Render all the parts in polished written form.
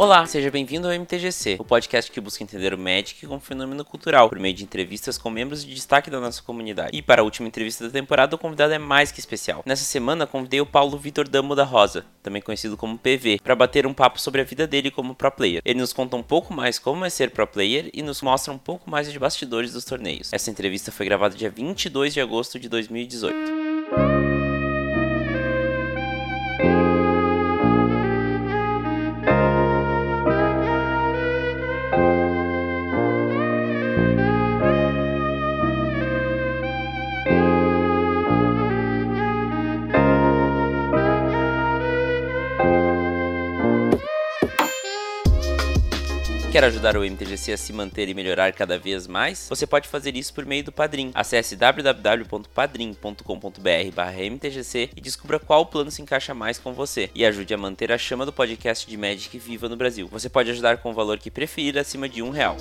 Olá, seja bem-vindo ao MTGC, o podcast que busca entender o Magic como fenômeno cultural, por meio de entrevistas com membros de destaque da nossa comunidade. E para a última entrevista da temporada, o convidado é mais que especial. Nessa semana, convidei o Paulo Vitor Damo da Rosa, também conhecido como PV, para bater um papo sobre a vida dele como pro player. Ele nos conta um pouco mais como é ser pro player e nos mostra um pouco mais de bastidores dos torneios. Essa entrevista foi gravada dia 22 de agosto de 2018. Quer ajudar o MTGC a se manter e melhorar cada vez mais? Você pode fazer isso por meio do Padrim. Acesse www.padrim.com.br/mtgc e descubra qual plano se encaixa mais com você e ajude a manter a chama do podcast de Magic viva no Brasil. Você pode ajudar com o valor que preferir acima de R$1.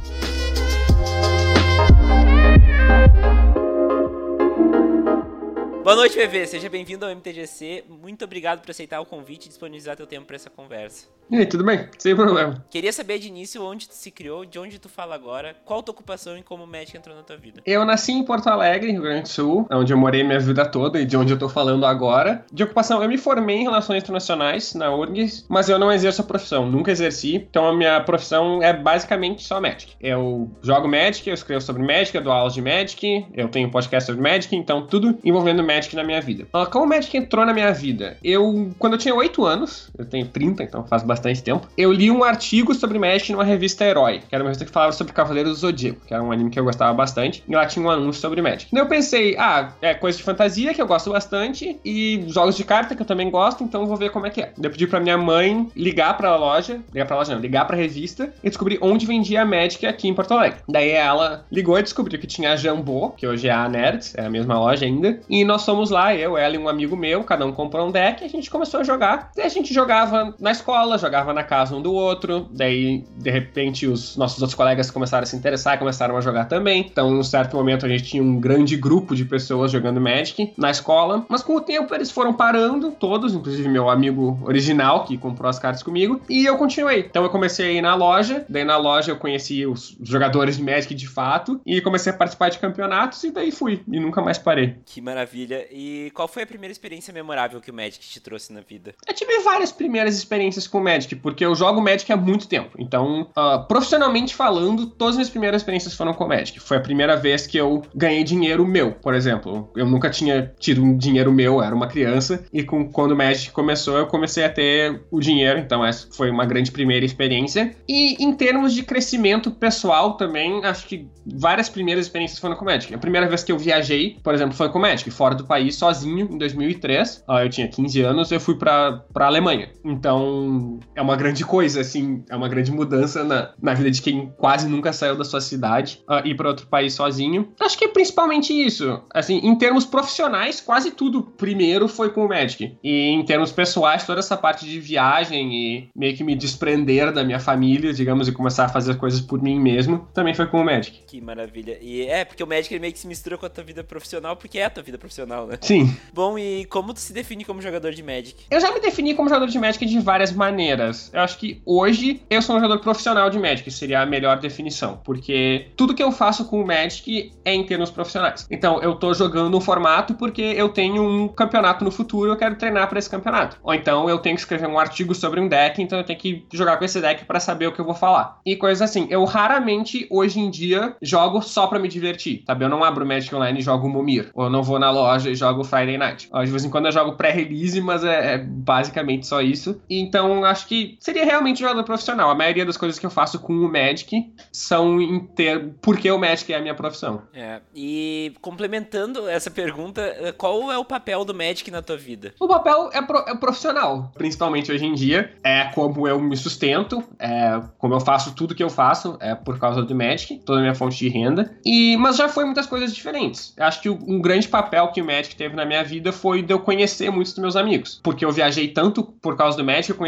Boa noite, PV. Seja bem-vindo ao MTGC. Muito obrigado por aceitar o convite e disponibilizar teu tempo para essa conversa. E aí, tudo bem? Sem problema. Queria saber de início onde tu se criou, de onde tu fala agora, qual a tua ocupação e como o Magic entrou na tua vida. Eu nasci em Porto Alegre, Rio Grande do Sul, onde eu morei minha vida toda e de onde eu tô falando agora. De ocupação, eu me formei em Relações Internacionais na URGS, mas eu não exerço a profissão, nunca exerci. Então a minha profissão é basicamente só Magic. Eu jogo Magic, eu escrevo sobre Magic, eu dou aulas de Magic, eu tenho podcast sobre Magic, então tudo envolvendo Magic na minha vida. Como o Magic entrou na minha vida? Quando eu tinha 8 anos, eu tenho 30, então faz bastante tempo, eu li um artigo sobre Magic numa revista Herói, que era uma revista que falava sobre Cavaleiros do Zodíaco, que era um anime que eu gostava bastante, e lá tinha um anúncio sobre Magic. Daí eu pensei, é coisa de fantasia que eu gosto bastante, e jogos de carta que eu também gosto, então eu vou ver como é que é. Daí eu pedi pra minha mãe ligar pra revista, e descobrir onde vendia Magic aqui em Porto Alegre. Daí ela ligou e descobriu que tinha a Jambô, que hoje é a Nerds, é a mesma loja ainda, e nós fomos lá, eu, ela e um amigo meu, cada um comprou um deck, e a gente começou a jogar. Daí a gente jogava na escola, jogava na casa um do outro, daí, de repente, os nossos outros colegas começaram a se interessar e começaram a jogar também. Então, num certo momento, a gente tinha um grande grupo de pessoas jogando Magic na escola, mas com o tempo eles foram parando, todos, inclusive meu amigo original, que comprou as cartas comigo, e eu continuei. Então, eu comecei a ir na loja, daí na loja eu conheci os jogadores de Magic de fato, e comecei a participar de campeonatos, e daí fui, e nunca mais parei. Que maravilha! E qual foi a primeira experiência memorável que o Magic te trouxe na vida? Eu tive várias primeiras experiências com o Magic, porque eu jogo Magic há muito tempo. Então, profissionalmente falando, todas as minhas primeiras experiências foram com o Magic. Foi a primeira vez que eu ganhei dinheiro meu, por exemplo. Eu nunca tinha tido um dinheiro meu, eu era uma criança, e quando o Magic começou, eu comecei a ter o dinheiro, então essa foi uma grande primeira experiência. E em termos de crescimento pessoal também, acho que várias primeiras experiências foram com o Magic. A primeira vez que eu viajei, por exemplo, foi com o Magic, fora do país, sozinho, em 2003. Eu tinha 15 anos, eu fui pra Alemanha. Então, é uma grande coisa, assim, é uma grande mudança na vida de quem quase nunca saiu da sua cidade, ir pra outro país sozinho. Acho que é principalmente isso. Assim, em termos profissionais, quase tudo primeiro foi com o Magic. E em termos pessoais, toda essa parte de viagem e meio que me desprender da minha família, digamos, e começar a fazer coisas por mim mesmo, também foi com o Magic. Que maravilha. E porque o Magic ele meio que se mistura com a tua vida profissional, porque é a tua vida profissional, né? Sim. Bom, e como tu se define como jogador de Magic? Eu já me defini como jogador de Magic de várias maneiras. Eu acho que hoje eu sou um jogador profissional de Magic, seria a melhor definição, porque tudo que eu faço com o Magic é em termos profissionais. Então, eu tô jogando um formato porque eu tenho um campeonato no futuro e eu quero treinar pra esse campeonato. Ou então, eu tenho que escrever um artigo sobre um deck, então eu tenho que jogar com esse deck pra saber o que eu vou falar. E coisas assim. Eu raramente, hoje em dia, jogo só pra me divertir, sabe? Eu não abro Magic Online e jogo Momir, ou eu não vou na loja e jogo Friday Night. De vez em quando eu jogo pré-release, mas é basicamente só isso. Então, acho que seria realmente um jogador profissional. A maioria das coisas que eu faço com o Magic são porque o Magic é a minha profissão. E complementando essa pergunta, qual é o papel do Magic na tua vida? O papel é profissional, principalmente hoje em dia. É como eu me sustento, como eu faço tudo que eu faço, é por causa do Magic, toda a minha fonte de renda. Mas já foi muitas coisas diferentes. Eu acho que um grande papel que o Magic teve na minha vida foi de eu conhecer muitos dos meus amigos. Porque eu viajei tanto por causa do Magic, eu conheci pessoas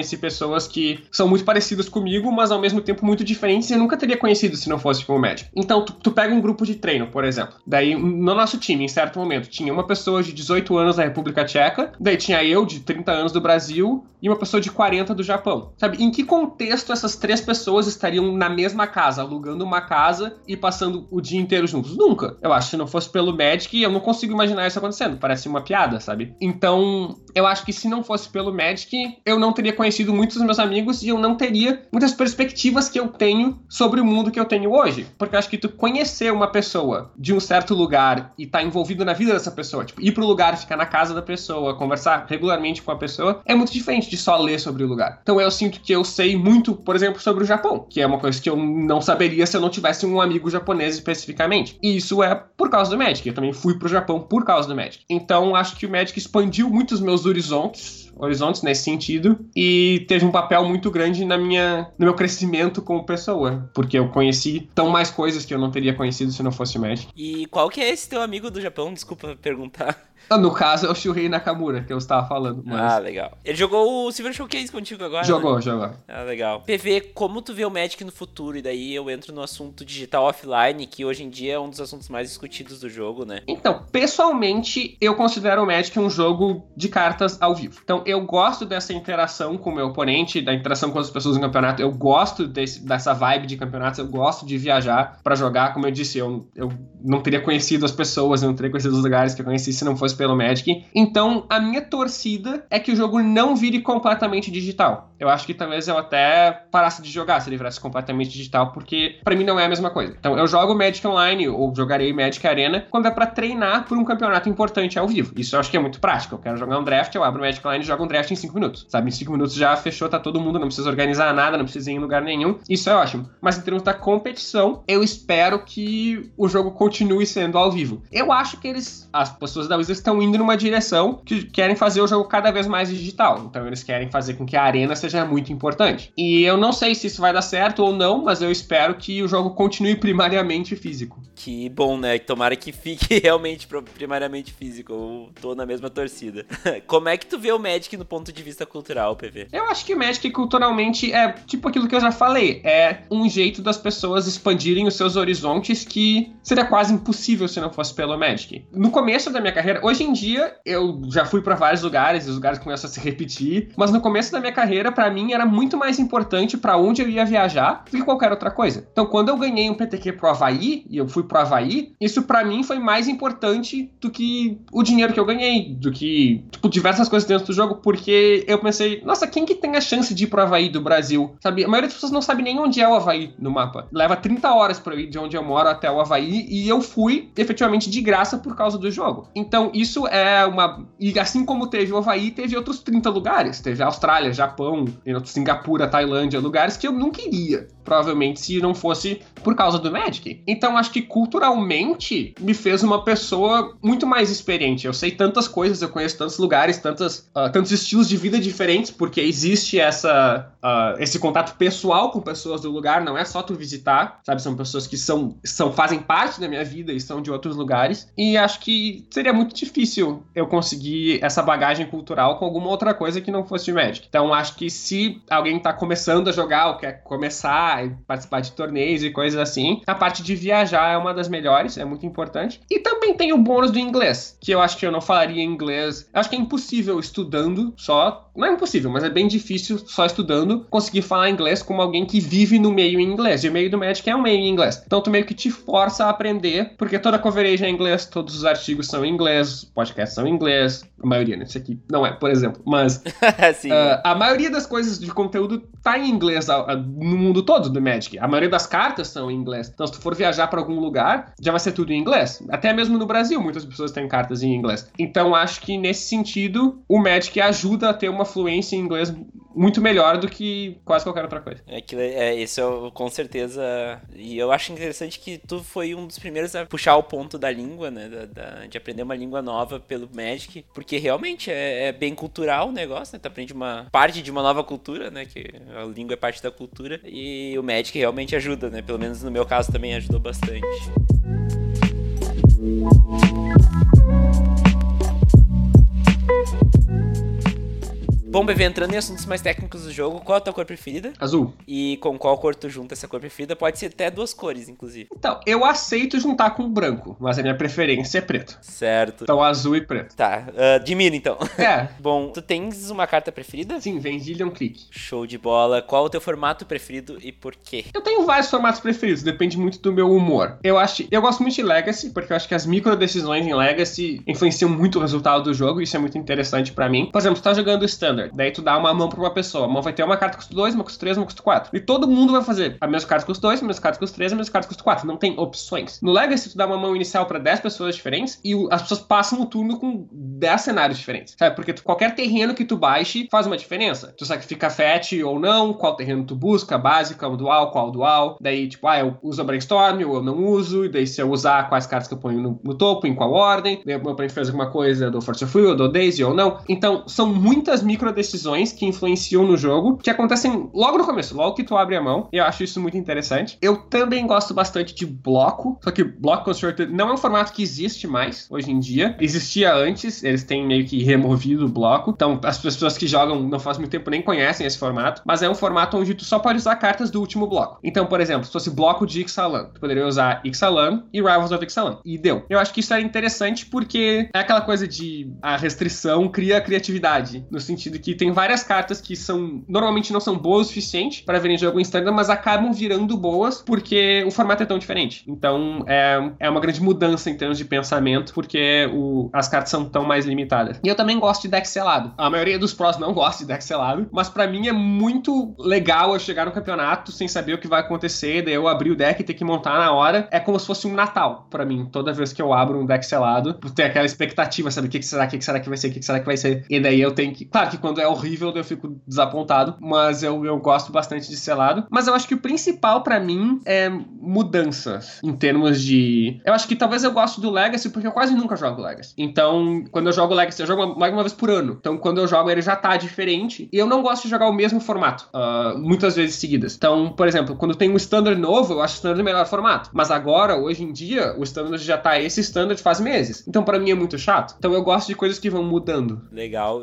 pessoas que são muito parecidas comigo, mas ao mesmo tempo muito diferentes e eu nunca teria conhecido se não fosse com o Magic. Então, tu pega um grupo de treino, por exemplo. Daí, no nosso time, em certo momento, tinha uma pessoa de 18 anos da República Tcheca, daí tinha eu, de 30 anos do Brasil, e uma pessoa de 40 do Japão. Sabe, em que contexto essas 3 pessoas estariam na mesma casa, alugando uma casa e passando o dia inteiro juntos? Nunca. Eu acho que se não fosse pelo Magic, eu não consigo imaginar isso acontecendo. Parece uma piada, sabe? Então, eu acho que se não fosse pelo Magic, eu não teria conhecido muitos dos meus amigos e eu não teria muitas perspectivas que eu tenho sobre o mundo que eu tenho hoje. Porque eu acho que tu conhecer uma pessoa de um certo lugar e tá envolvido na vida dessa pessoa, tipo, ir pro lugar, ficar na casa da pessoa, conversar regularmente com a pessoa, é muito diferente de só ler sobre o lugar. Então eu sinto que eu sei muito, por exemplo, sobre o Japão, que é uma coisa que eu não saberia se eu não tivesse um amigo japonês especificamente. E isso é por causa do Magic. Eu também fui pro Japão por causa do Magic. Então acho que o Magic expandiu muito os meus horizontes nesse sentido, e teve um papel muito grande no meu crescimento como pessoa, porque eu conheci tão mais coisas que eu não teria conhecido se não fosse Magic. E qual que é esse teu amigo do Japão? Desculpa perguntar. No caso, é o Shuhei Nakamura, que eu estava falando. Mas... Ah, legal. Ele jogou o Silver Showcase contigo agora, Jogou. Ah, legal. PV, como tu vê o Magic no futuro? E daí eu entro no assunto digital offline, que hoje em dia é um dos assuntos mais discutidos do jogo, né? Então, pessoalmente, eu considero o Magic um jogo de cartas ao vivo. Então, eu gosto dessa interação com o meu oponente, da interação com as pessoas no campeonato. Eu gosto dessa vibe de campeonatos, eu gosto de viajar pra jogar. Como eu disse, eu não teria conhecido as pessoas, eu não teria conhecido os lugares que eu conheci se não fosse pelo Magic. Então, a minha torcida é que o jogo não vire completamente digital. Eu acho que talvez eu até parasse de jogar se ele virasse completamente digital, porque pra mim não é a mesma coisa. Então, eu jogo Magic Online, ou jogarei Magic Arena, quando é pra treinar por um campeonato importante ao vivo. Isso eu acho que é muito prático. Eu quero jogar um draft, eu abro o Magic Online e jogo um draft em 5 minutos. Sabe, em 5 minutos já fechou, tá todo mundo, não precisa organizar nada, não precisa ir em lugar nenhum. Isso é ótimo. Mas em termos da competição, eu espero que o jogo continue sendo ao vivo. Eu acho que as pessoas da Wizards estão indo numa direção que querem fazer o jogo cada vez mais digital. Então eles querem fazer com que a arena seja muito importante. E eu não sei se isso vai dar certo ou não, mas eu espero que o jogo continue primariamente físico. Que bom, né? Tomara que fique realmente primariamente físico. Eu tô na mesma torcida. Como é que tu vê o Magic no ponto de vista cultural, PV? Eu acho que o Magic culturalmente é tipo aquilo que eu já falei. É um jeito das pessoas expandirem os seus horizontes que seria quase impossível se não fosse pelo Magic. No começo da minha carreira, hoje em dia, eu já fui pra vários lugares, e os lugares começam a se repetir, mas no começo da minha carreira, pra mim, era muito mais importante pra onde eu ia viajar do que qualquer outra coisa. Então, quando eu ganhei um PTQ pro Havaí, e eu fui pro Havaí, isso pra mim foi mais importante do que o dinheiro que eu ganhei, do que, tipo, diversas coisas dentro do jogo, porque eu pensei, nossa, quem que tem a chance de ir pro Havaí do Brasil? Sabe, a maioria das pessoas não sabe nem onde é o Havaí no mapa. Leva 30 horas pra eu ir de onde eu moro até o Havaí, e eu fui, efetivamente, de graça por causa do jogo. Então, isso é uma... E assim como teve o Havaí, teve outros 30 lugares. Teve a Austrália, Japão, Singapura, Tailândia, lugares que eu não queria, provavelmente, se não fosse por causa do Magic. Então, acho que culturalmente me fez uma pessoa muito mais experiente. Eu sei tantas coisas, eu conheço tantos lugares, tantos estilos de vida diferentes, porque existe esse contato pessoal com pessoas do lugar, não é só tu visitar, sabe? São pessoas que fazem parte da minha vida e são de outros lugares. E acho que seria muito difícil eu conseguir essa bagagem cultural com alguma outra coisa que não fosse Magic. Então, acho que se alguém tá começando a jogar ou quer começar e participar de torneios e coisas assim, a parte de viajar é uma das melhores, é muito importante. E também tem o bônus do inglês, que eu acho que eu não falaria inglês. Eu acho que é impossível estudando só. Não é impossível, mas é bem difícil só estudando conseguir falar inglês como alguém que vive no meio em inglês. E o meio do Magic é um meio em inglês. Então tu meio que te força a aprender, porque toda a coverage é em inglês, todos os artigos são em inglês, os podcasts são em inglês. A maioria, né? Esse aqui não é, por exemplo. Mas a maioria das coisas de conteúdo tá em inglês no mundo todo do Magic. A maioria das cartas são em inglês. Então se tu for viajar pra algum lugar, já vai ser tudo em inglês. Até mesmo no Brasil, muitas pessoas têm cartas em inglês. Então acho que nesse sentido, o Magic ajuda a ter uma fluência em inglês muito melhor do que quase qualquer outra coisa. Isso eu, com certeza. E eu acho interessante que tu foi um dos primeiros a puxar o ponto da língua, né? De aprender uma língua nova pelo Magic, porque realmente é bem cultural o negócio, né? Tu aprende uma parte de uma nova cultura, né? Que a língua é parte da cultura, e o Magic realmente ajuda, né? Pelo menos no meu caso também ajudou bastante. Bom, BV, entrando em assuntos mais técnicos do jogo, qual é a tua cor preferida? Azul. E com qual cor tu junta essa cor preferida? Pode ser até 2 cores, inclusive. Então, eu aceito juntar com branco, mas a minha preferência é preto. Certo. Então, azul e preto. Tá, admiro então. É. Bom, tu tens uma carta preferida? Sim, Vendilion Clique. Show de bola. Qual o teu formato preferido e por quê? Eu tenho vários formatos preferidos, depende muito do meu humor. Eu gosto muito de Legacy, porque eu acho que as micro decisões em Legacy influenciam muito o resultado do jogo, e isso é muito interessante pra mim. Por exemplo, tu tá jogando Standard, daí tu dá uma mão pra uma pessoa, a mão vai ter uma carta que custa 2, uma custa 3, uma custa 4. E todo mundo vai fazer a mesma carta que custa 2, a mesma carta que custa 3, a mesma carta que custa 4. Não tem opções. No Legacy, tu dá uma mão inicial pra 10 pessoas diferentes e as pessoas passam o turno com 10 cenários diferentes, sabe? Porque qualquer terreno que tu baixe faz uma diferença. Tu sacrifica fetch ou não, qual terreno tu busca, básica, qual dual. Daí, tipo, eu uso a Brainstorm ou eu não uso. E daí, se eu usar, quais cartas que eu ponho no topo, em qual ordem. Daí, meu oponente fez alguma coisa, eu dou Force of Will, eu dou Daisy ou não. Então, são muitas micro decisões que influenciam no jogo, que acontecem logo no começo, logo que tu abre a mão. E eu acho isso muito interessante. Eu também gosto bastante de bloco, só que Block Constructed não é um formato que existe mais hoje em dia. Existia antes, eles têm meio que removido o bloco. Então, as pessoas que jogam não faz muito tempo nem conhecem esse formato, mas é um formato onde tu só pode usar cartas do último bloco. Então, por exemplo, se fosse bloco de Ixalan, tu poderia usar Ixalan e Rivals of Ixalan. E deu. Eu acho que isso era interessante porque é aquela coisa de a restrição cria criatividade, no sentido que tem várias cartas que normalmente não são boas o suficiente para verem jogo em Standard, mas acabam virando boas porque o formato é tão diferente. Então, é uma grande mudança em termos de pensamento, porque as cartas são tão mais limitadas. E eu também gosto de deck selado. A maioria dos pros não gosta de deck selado, mas pra mim é muito legal eu chegar no campeonato sem saber o que vai acontecer, daí eu abrir o deck e ter que montar na hora. É como se fosse um Natal pra mim, toda vez que eu abro um deck selado, por ter aquela expectativa, sabe? O que será que vai ser, o que será que vai ser. E daí eu tenho que... Claro que quando é horrível eu fico desapontado, mas eu gosto bastante de selado. Mas eu acho que o principal pra mim é mudanças em termos de... Eu acho que talvez eu goste do Legacy porque eu quase nunca jogo Legacy. Então, quando eu jogo Legacy, eu jogo mais uma vez por ano. Então, quando eu jogo, ele já tá diferente. E eu não gosto de jogar o mesmo formato, muitas vezes seguidas. Então, por exemplo, quando tem um Standard novo, eu acho o Standard o melhor formato. Mas agora, hoje em dia, o Standard já tá esse Standard faz meses. Então, pra mim, é muito chato. Então, eu gosto de coisas que vão mudando. Legal.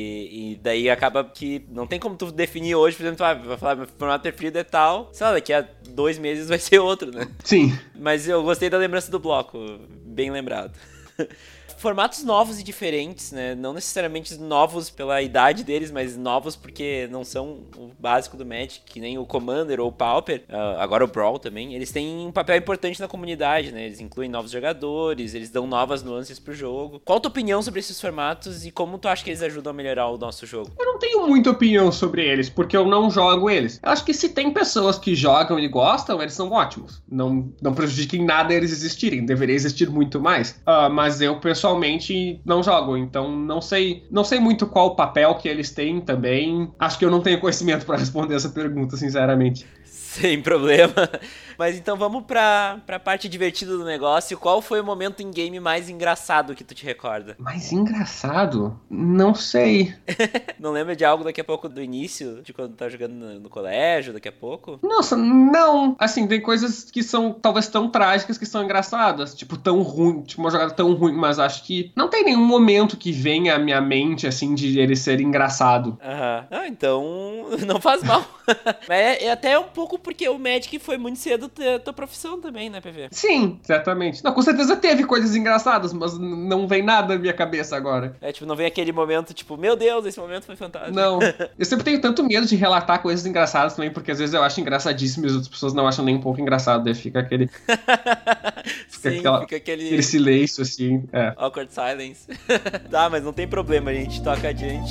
E daí acaba que não tem como tu definir hoje, por exemplo, vai falar, meu formato preferido é tal. Sei lá, daqui a 2 meses vai ser outro, né? Sim. Mas eu gostei da lembrança do bloco. Bem lembrado. Formatos novos e diferentes, né? Não necessariamente novos pela idade deles, mas novos porque não são o básico do Magic, que nem o Commander ou o Pauper, agora o Brawl também. Eles têm um papel importante na comunidade, né? Eles incluem novos jogadores, eles dão novas nuances pro jogo. Qual a tua opinião sobre esses formatos e como tu acha que eles ajudam a melhorar o nosso jogo? Eu não tenho muita opinião sobre eles, porque eu não jogo eles. Eu acho que se tem pessoas que jogam e gostam, eles são ótimos. Não prejudiquem nada eles existirem. Deveria existir muito mais. Mas eu, pessoalmente, não jogo, então não sei muito qual o papel que eles têm também. Acho que eu não tenho conhecimento para responder essa pergunta, sinceramente. Sem problema. Mas então vamos pra parte divertida do negócio. Qual foi o momento em game mais engraçado que tu te recorda? Mais engraçado? Não sei. Não lembra de algo daqui a pouco do início? De quando tá jogando no colégio, daqui a pouco? Nossa, não. Assim, tem coisas que são talvez tão trágicas que são engraçadas. Tipo, tão ruim. Tipo, uma jogada tão ruim. Mas acho que não tem nenhum momento que venha à minha mente, assim, de ele ser engraçado. Aham. Então não faz mal. Mas é até um pouco porque o Magic foi muito cedo tua profissão também, né, PV? Sim, certamente. Não, com certeza teve coisas engraçadas, mas não vem nada na minha cabeça agora. Tipo, não vem aquele momento, tipo, meu Deus, esse momento foi fantástico. Não. Eu sempre tenho tanto medo de relatar coisas engraçadas também, porque às vezes eu acho engraçadíssimo e as outras pessoas não acham nem um pouco engraçado. Daí fica aquele... Sim, fica aquele silêncio, assim. Awkward silence. Tá, mas não tem problema, a gente toca adiante.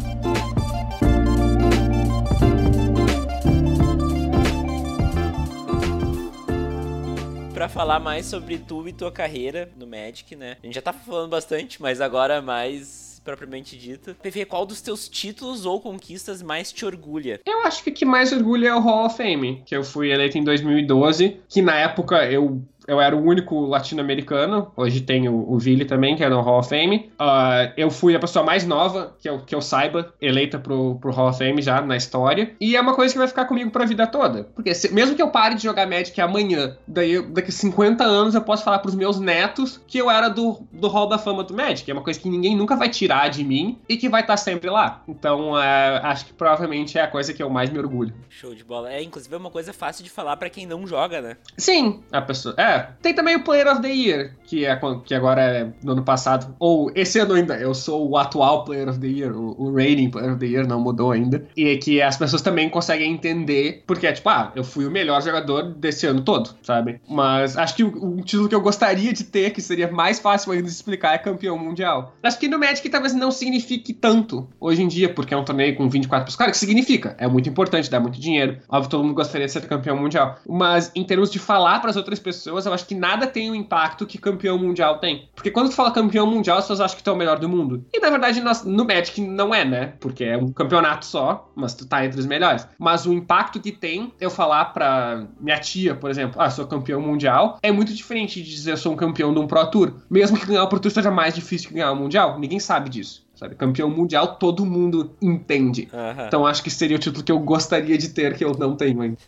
Pra falar mais sobre tu e tua carreira no Magic, né? A gente já tá falando bastante, mas agora mais propriamente dito. PV, qual dos teus títulos ou conquistas mais te orgulha? Eu acho que o que mais orgulha é o Hall of Fame, que eu fui eleito em 2012, que na época eu eu era o único latino-americano, hoje tem o Vili também, que é no Hall of Fame. Eu fui a pessoa mais nova, que eu saiba, eleita pro Hall of Fame já na história. E é uma coisa que vai ficar comigo pra vida toda. Porque mesmo que eu pare de jogar Magic amanhã, daqui 50 anos eu posso falar pros meus netos que eu era do Hall da Fama do Magic. É uma coisa que ninguém nunca vai tirar de mim e que vai estar sempre lá. Então, acho que provavelmente é a coisa que eu mais me orgulho. Show de bola. Inclusive é uma coisa fácil de falar pra quem não joga, né? Sim, a pessoa... Tem também o Player of the Year, que agora é no ano passado, ou esse ano ainda, eu sou o atual Player of the Year, o reigning Player of the Year, não mudou ainda, e que as pessoas também conseguem entender, porque é tipo, eu fui o melhor jogador desse ano todo, sabe? Mas acho que o título que eu gostaria de ter, que seria mais fácil ainda de explicar, é campeão mundial. Acho que no Magic talvez não signifique tanto hoje em dia, porque é um torneio com 24 pessoas. Claro que significa, é muito importante, dá muito dinheiro, óbvio, todo mundo gostaria de ser campeão mundial, mas em termos de falar para as outras pessoas, eu acho que nada tem o impacto que campeão mundial tem. Porque quando tu fala campeão mundial, as pessoas acham que tu é o melhor do mundo. E na verdade, no Magic não é, né? Porque é um campeonato só, mas tu tá entre os melhores. Mas o impacto que tem eu falar pra minha tia, por exemplo, sou campeão mundial, é muito diferente de dizer eu sou um campeão de um Pro Tour. Mesmo que ganhar o Pro Tour seja mais difícil que ganhar o Mundial, ninguém sabe disso. Sabe? Campeão mundial, todo mundo entende. Uhum. Então acho que seria o título que eu gostaria de ter, que eu não tenho ainda.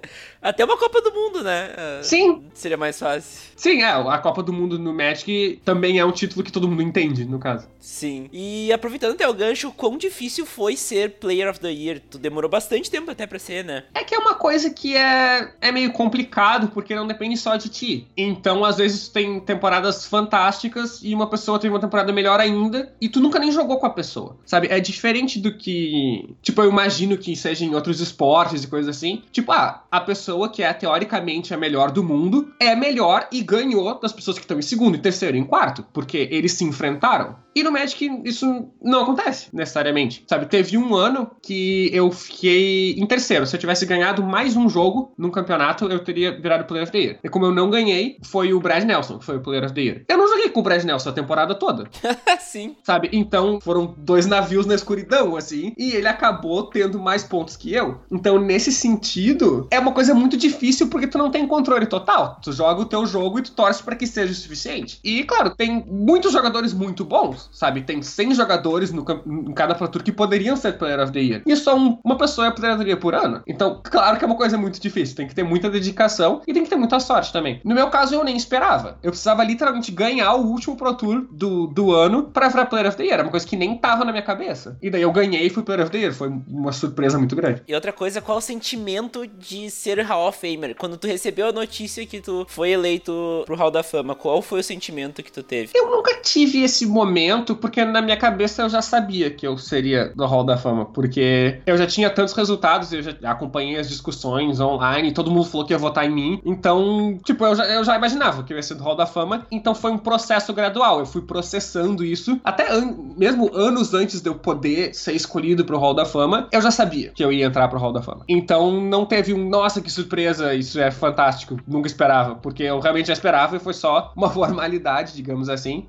Até uma Copa do Mundo, né? Sim. Seria mais fácil. Sim, a Copa do Mundo no Magic também é um título que todo mundo entende, no caso. Sim. E aproveitando até o gancho, quão difícil foi ser Player of the Year? Tu demorou bastante tempo até pra ser, né? É que é uma coisa que é meio complicado, porque não depende só de ti. Então, às vezes, tem temporadas fantásticas e uma pessoa tem uma temporada melhor ainda e tu nunca nem jogou com a pessoa, sabe? É diferente do que... Tipo, eu imagino que seja em outros esportes e coisas assim. Tipo, a pessoa que é teoricamente a melhor do mundo é melhor e ganhou das pessoas que estão em segundo, em terceiro e em quarto, porque eles se enfrentaram. E no Magic isso não acontece, necessariamente, sabe? Teve um ano que eu fiquei em terceiro. Se eu tivesse ganhado mais um jogo num campeonato, eu teria virado Player of the Year. E como eu não ganhei, foi o Brad Nelson, que foi o Player of the Year. Eu não joguei com o Brad Nelson a temporada toda. Sim. Sabe? Então, foram 2 navios na escuridão, assim, e ele acabou tendo mais pontos que eu. Então, nesse sentido, é uma coisa muito difícil porque tu não tem controle total. Tu joga o teu jogo e tu torce pra que seja o suficiente. E, claro, tem muitos jogadores muito bons, sabe? Tem 100 jogadores em cada Pro Tour que poderiam ser Player of the Year. E só uma pessoa é Player of the Year por ano. Então, claro que é uma coisa muito difícil. Tem que ter muita dedicação e tem que ter muita sorte também. No meu caso, eu nem esperava. Eu precisava literalmente ganhar o último Pro Tour do ano pra virar Player of the Year. Era uma coisa que nem tava na minha cabeça. E daí eu ganhei e fui Player of the Year. Foi uma surpresa muito grande. E outra coisa, qual o sentimento de ser Hall of Famer? Quando tu recebeu a notícia que tu foi eleito pro Hall da Fama, qual foi o sentimento que tu teve? Eu nunca tive esse momento, porque na minha cabeça eu já sabia que eu seria do Hall da Fama, porque eu já tinha tantos resultados, eu já acompanhei as discussões online, todo mundo falou que ia votar em mim, então, tipo, eu já imaginava que eu ia ser do Hall da Fama, então foi um processo gradual, eu fui processando isso, até mesmo anos antes de eu poder ser escolhido pro Hall da Fama, eu já sabia que eu ia entrar pro Hall da Fama. Então não teve nossa, que surpresa, isso é fantástico, nunca esperava, porque eu realmente já esperava e foi só uma formalidade, digamos assim,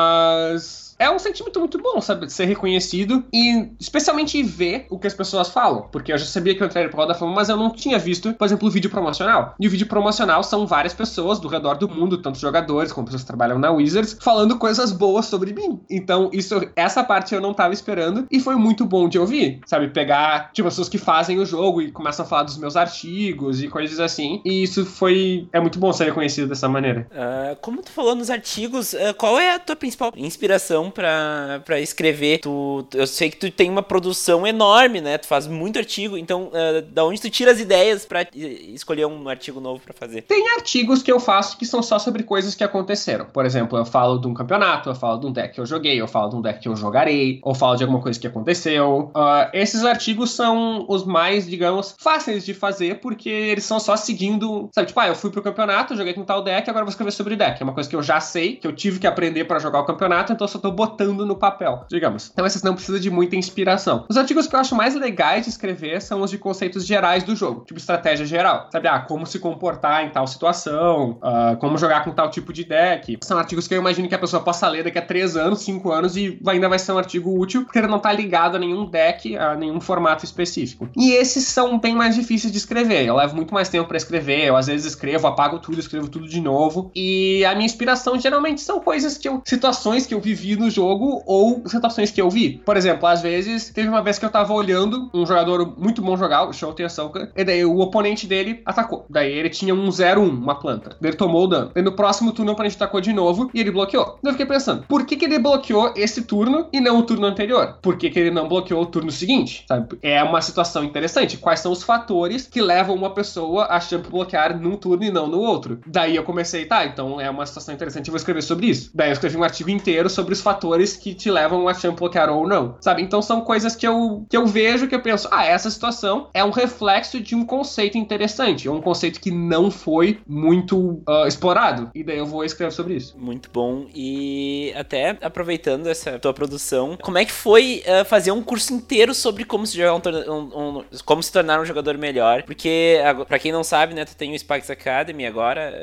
mas... É um sentimento muito bom, sabe? De ser reconhecido e especialmente ver o que as pessoas falam. Porque eu já sabia que eu entraria pro Hall da Fama, mas eu não tinha visto, por exemplo, o vídeo promocional. E o vídeo promocional são várias pessoas do redor do mundo, tanto jogadores como pessoas que trabalham na Wizards, falando coisas boas sobre mim. Então, essa parte eu não tava esperando e foi muito bom de ouvir, sabe? Pegar, tipo, pessoas que fazem o jogo e começam a falar dos meus artigos e coisas assim. E isso é muito bom ser reconhecido dessa maneira. Como tu falou nos artigos, qual é a tua principal inspiração pra escrever? Eu sei que tu tem uma produção enorme, né? Tu faz muito artigo, então da onde tu tira as ideias pra escolher um artigo novo pra fazer? Tem artigos que eu faço que são só sobre coisas que aconteceram. Por exemplo, eu falo de um campeonato, eu falo de um deck que eu joguei, eu falo de um deck que eu jogarei, ou falo de alguma coisa que aconteceu. Esses artigos são os mais, digamos, fáceis de fazer, porque eles são só seguindo, sabe? Tipo, eu fui pro campeonato, joguei com tal deck, agora vou escrever sobre deck. É uma coisa que eu já sei, que eu tive que aprender pra jogar o campeonato, então eu só tô botando no papel, digamos. Então essas não precisam de muita inspiração. Os artigos que eu acho mais legais de escrever são os de conceitos gerais do jogo, tipo estratégia geral, sabe? Como se comportar em tal situação, como jogar com tal tipo de deck. São artigos que eu imagino que a pessoa possa ler daqui a 3 anos, 5 anos e ainda vai ser um artigo útil, porque ele não tá ligado a nenhum deck, a nenhum formato específico. E esses são bem mais difíceis de escrever. Eu levo muito mais tempo pra escrever, eu às vezes escrevo, apago tudo, escrevo tudo de novo. E a minha inspiração geralmente são coisas situações que eu vivi no jogo ou situações que eu vi. Por exemplo, às vezes, teve uma vez que eu tava olhando um jogador muito bom jogar, o Shouten Ahsoka, e daí o oponente dele atacou. Daí ele tinha um 0-1, uma planta. Daí ele tomou o dano. Daí no próximo turno o oponente atacou de novo e ele bloqueou. Daí eu fiquei pensando, por que ele bloqueou esse turno e não o turno anterior? Por que ele não bloqueou o turno seguinte? Sabe? É uma situação interessante. Quais são os fatores que levam uma pessoa a champ bloquear num turno e não no outro? Daí eu comecei, então é uma situação interessante, eu vou escrever sobre isso. Daí eu escrevi um artigo inteiro sobre os fatores que te levam a champ bloquear ou não, sabe? Então são coisas que eu vejo, que eu penso, essa situação é um reflexo de um conceito interessante, um conceito que não foi muito explorado, e daí eu vou escrever sobre isso. Muito bom. E até aproveitando essa tua produção, como é que foi fazer um curso inteiro sobre como se jogar como se tornar um jogador melhor? Porque, pra quem não sabe, né, tu tem o Sparks Academy agora,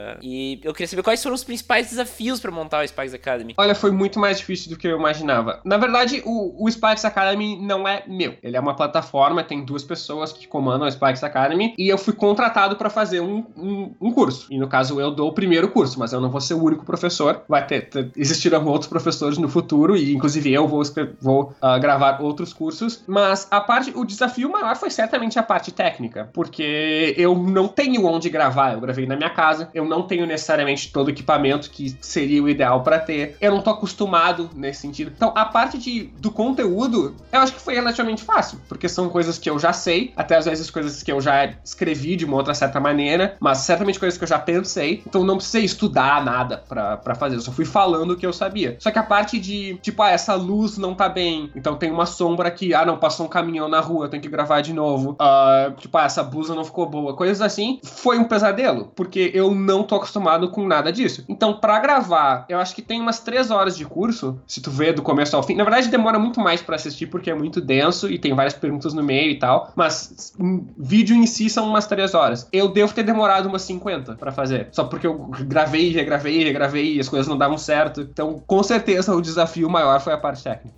e eu queria saber quais foram os principais desafios pra montar o Sparks Academy. Olha, foi muito mais difícil do que eu imaginava. Na verdade, o Sparks Academy não é meu. Ele é uma plataforma, tem 2 pessoas que comandam o Sparks Academy, e eu fui contratado pra fazer um curso. E no caso, eu dou o primeiro curso, mas eu não vou ser o único professor. Existirão outros professores no futuro, e inclusive eu vou gravar outros cursos. Mas o desafio maior foi certamente a parte técnica, porque eu não tenho onde gravar. Eu gravei na minha casa, eu não tenho necessariamente todo o equipamento que seria o ideal pra ter. Eu não tô acostumado nesse sentido. Então, a parte do conteúdo, eu acho que foi relativamente fácil, porque são coisas que eu já sei, até às vezes coisas que eu já escrevi de uma outra certa maneira, mas certamente coisas que eu já pensei, então não precisei estudar nada pra fazer, eu só fui falando o que eu sabia. Só que a parte de, essa luz não tá bem, então tem uma sombra aqui, não, passou um caminhão na rua, eu tenho que gravar de novo, essa blusa não ficou boa, coisas assim, foi um pesadelo, porque eu não tô acostumado com nada disso. Então, pra gravar, eu acho que tem umas 3 horas de curso, se tu vê do começo ao fim. Na verdade, demora muito mais pra assistir, porque é muito denso e tem várias perguntas no meio e tal, mas o vídeo em si são umas 3 horas. Eu devo ter demorado umas 50 pra fazer, só porque eu gravei e as coisas não davam certo. Então, com certeza, o desafio maior foi a parte técnica.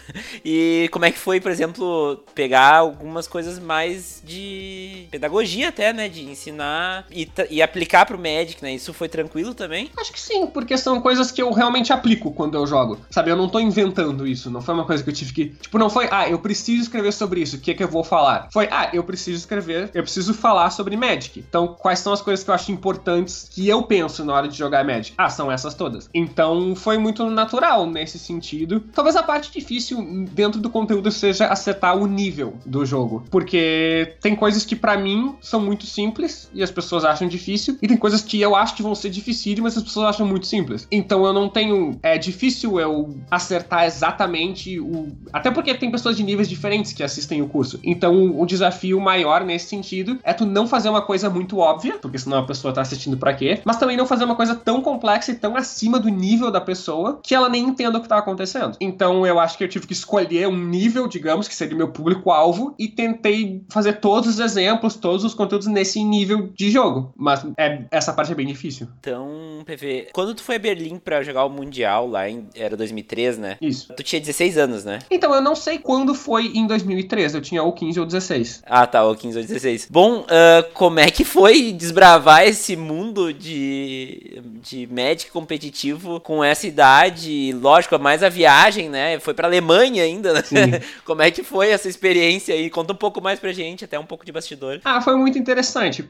E como é que foi, por exemplo, pegar algumas coisas mais de pedagogia até, né, de ensinar e aplicar pro Magic, né? Isso foi tranquilo também? Acho que sim, porque são coisas que eu realmente aplico quando eu jogo, sabe? Eu não tô inventando isso, não foi uma coisa que eu tive que... não foi, eu preciso escrever sobre isso, o que eu vou falar? Foi, eu preciso falar sobre Magic. Então, quais são as coisas que eu acho importantes que eu penso na hora de jogar Magic? São essas todas. Então, foi muito natural nesse sentido. Talvez a parte difícil dentro do conteúdo seja acertar o nível do jogo, porque tem coisas que pra mim são muito simples e as pessoas acham difícil, e tem coisas que eu acho que vão ser difíceis, mas as pessoas acham muito simples. Então eu não tenho... É difícil eu acertar exatamente até porque tem pessoas de níveis diferentes que assistem o curso. Então o desafio maior nesse sentido é tu não fazer uma coisa muito óbvia, porque senão a pessoa tá assistindo pra quê? Mas também não fazer uma coisa tão complexa e tão acima do nível da pessoa que ela nem entenda o que tá acontecendo. Então eu acho que eu tive que escolher um nível, digamos, que seria meu público-alvo, e tentei fazer todos os exemplos, todos os conteúdos nesse nível de jogo. Mas essa parte é bem difícil. Então, PV, quando tu foi a Berlim pra jogar o Mundial lá era 2003, né? Isso. Tu tinha 16 anos, né? Então, eu não sei quando foi em 2013. Eu tinha ou 15 ou 16. Ou 15 ou 16. Bom, como é que foi desbravar esse mundo de Magic competitivo com essa idade? Lógico, mais a viagem, né? Foi pra Alemanha ainda, né? Como é que foi essa experiência aí? Conta um pouco mais pra gente, até um pouco de bastidor. Foi muito interessante,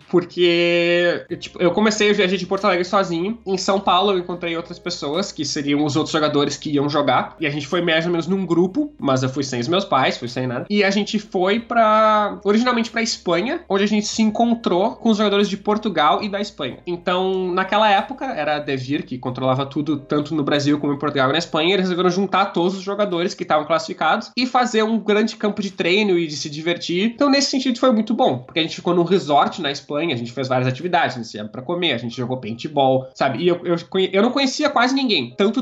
porque eu comecei a viajar de Porto Alegre sozinho. Em São Paulo eu encontrei outras pessoas, que seriam os outros jogadores que iam jogar, e a gente foi mais ou menos num grupo, mas eu fui sem os meus pais, fui sem nada, e a gente foi originalmente pra Espanha, onde a gente se encontrou com os jogadores de Portugal e da Espanha. Então, naquela época, era a Devir, que controlava tudo, tanto no Brasil como em Portugal e na Espanha. Eles resolveram juntar todos os jogadores que estavam classificados e fazer um grande campo de treino e de se divertir. Então, nesse sentido, foi muito bom, porque a gente ficou num resort na Espanha, a gente fez várias atividades, a gente ia pra comer, a gente jogou paintball, sabe? E eu não conhecia quase ninguém, tanto do Brasil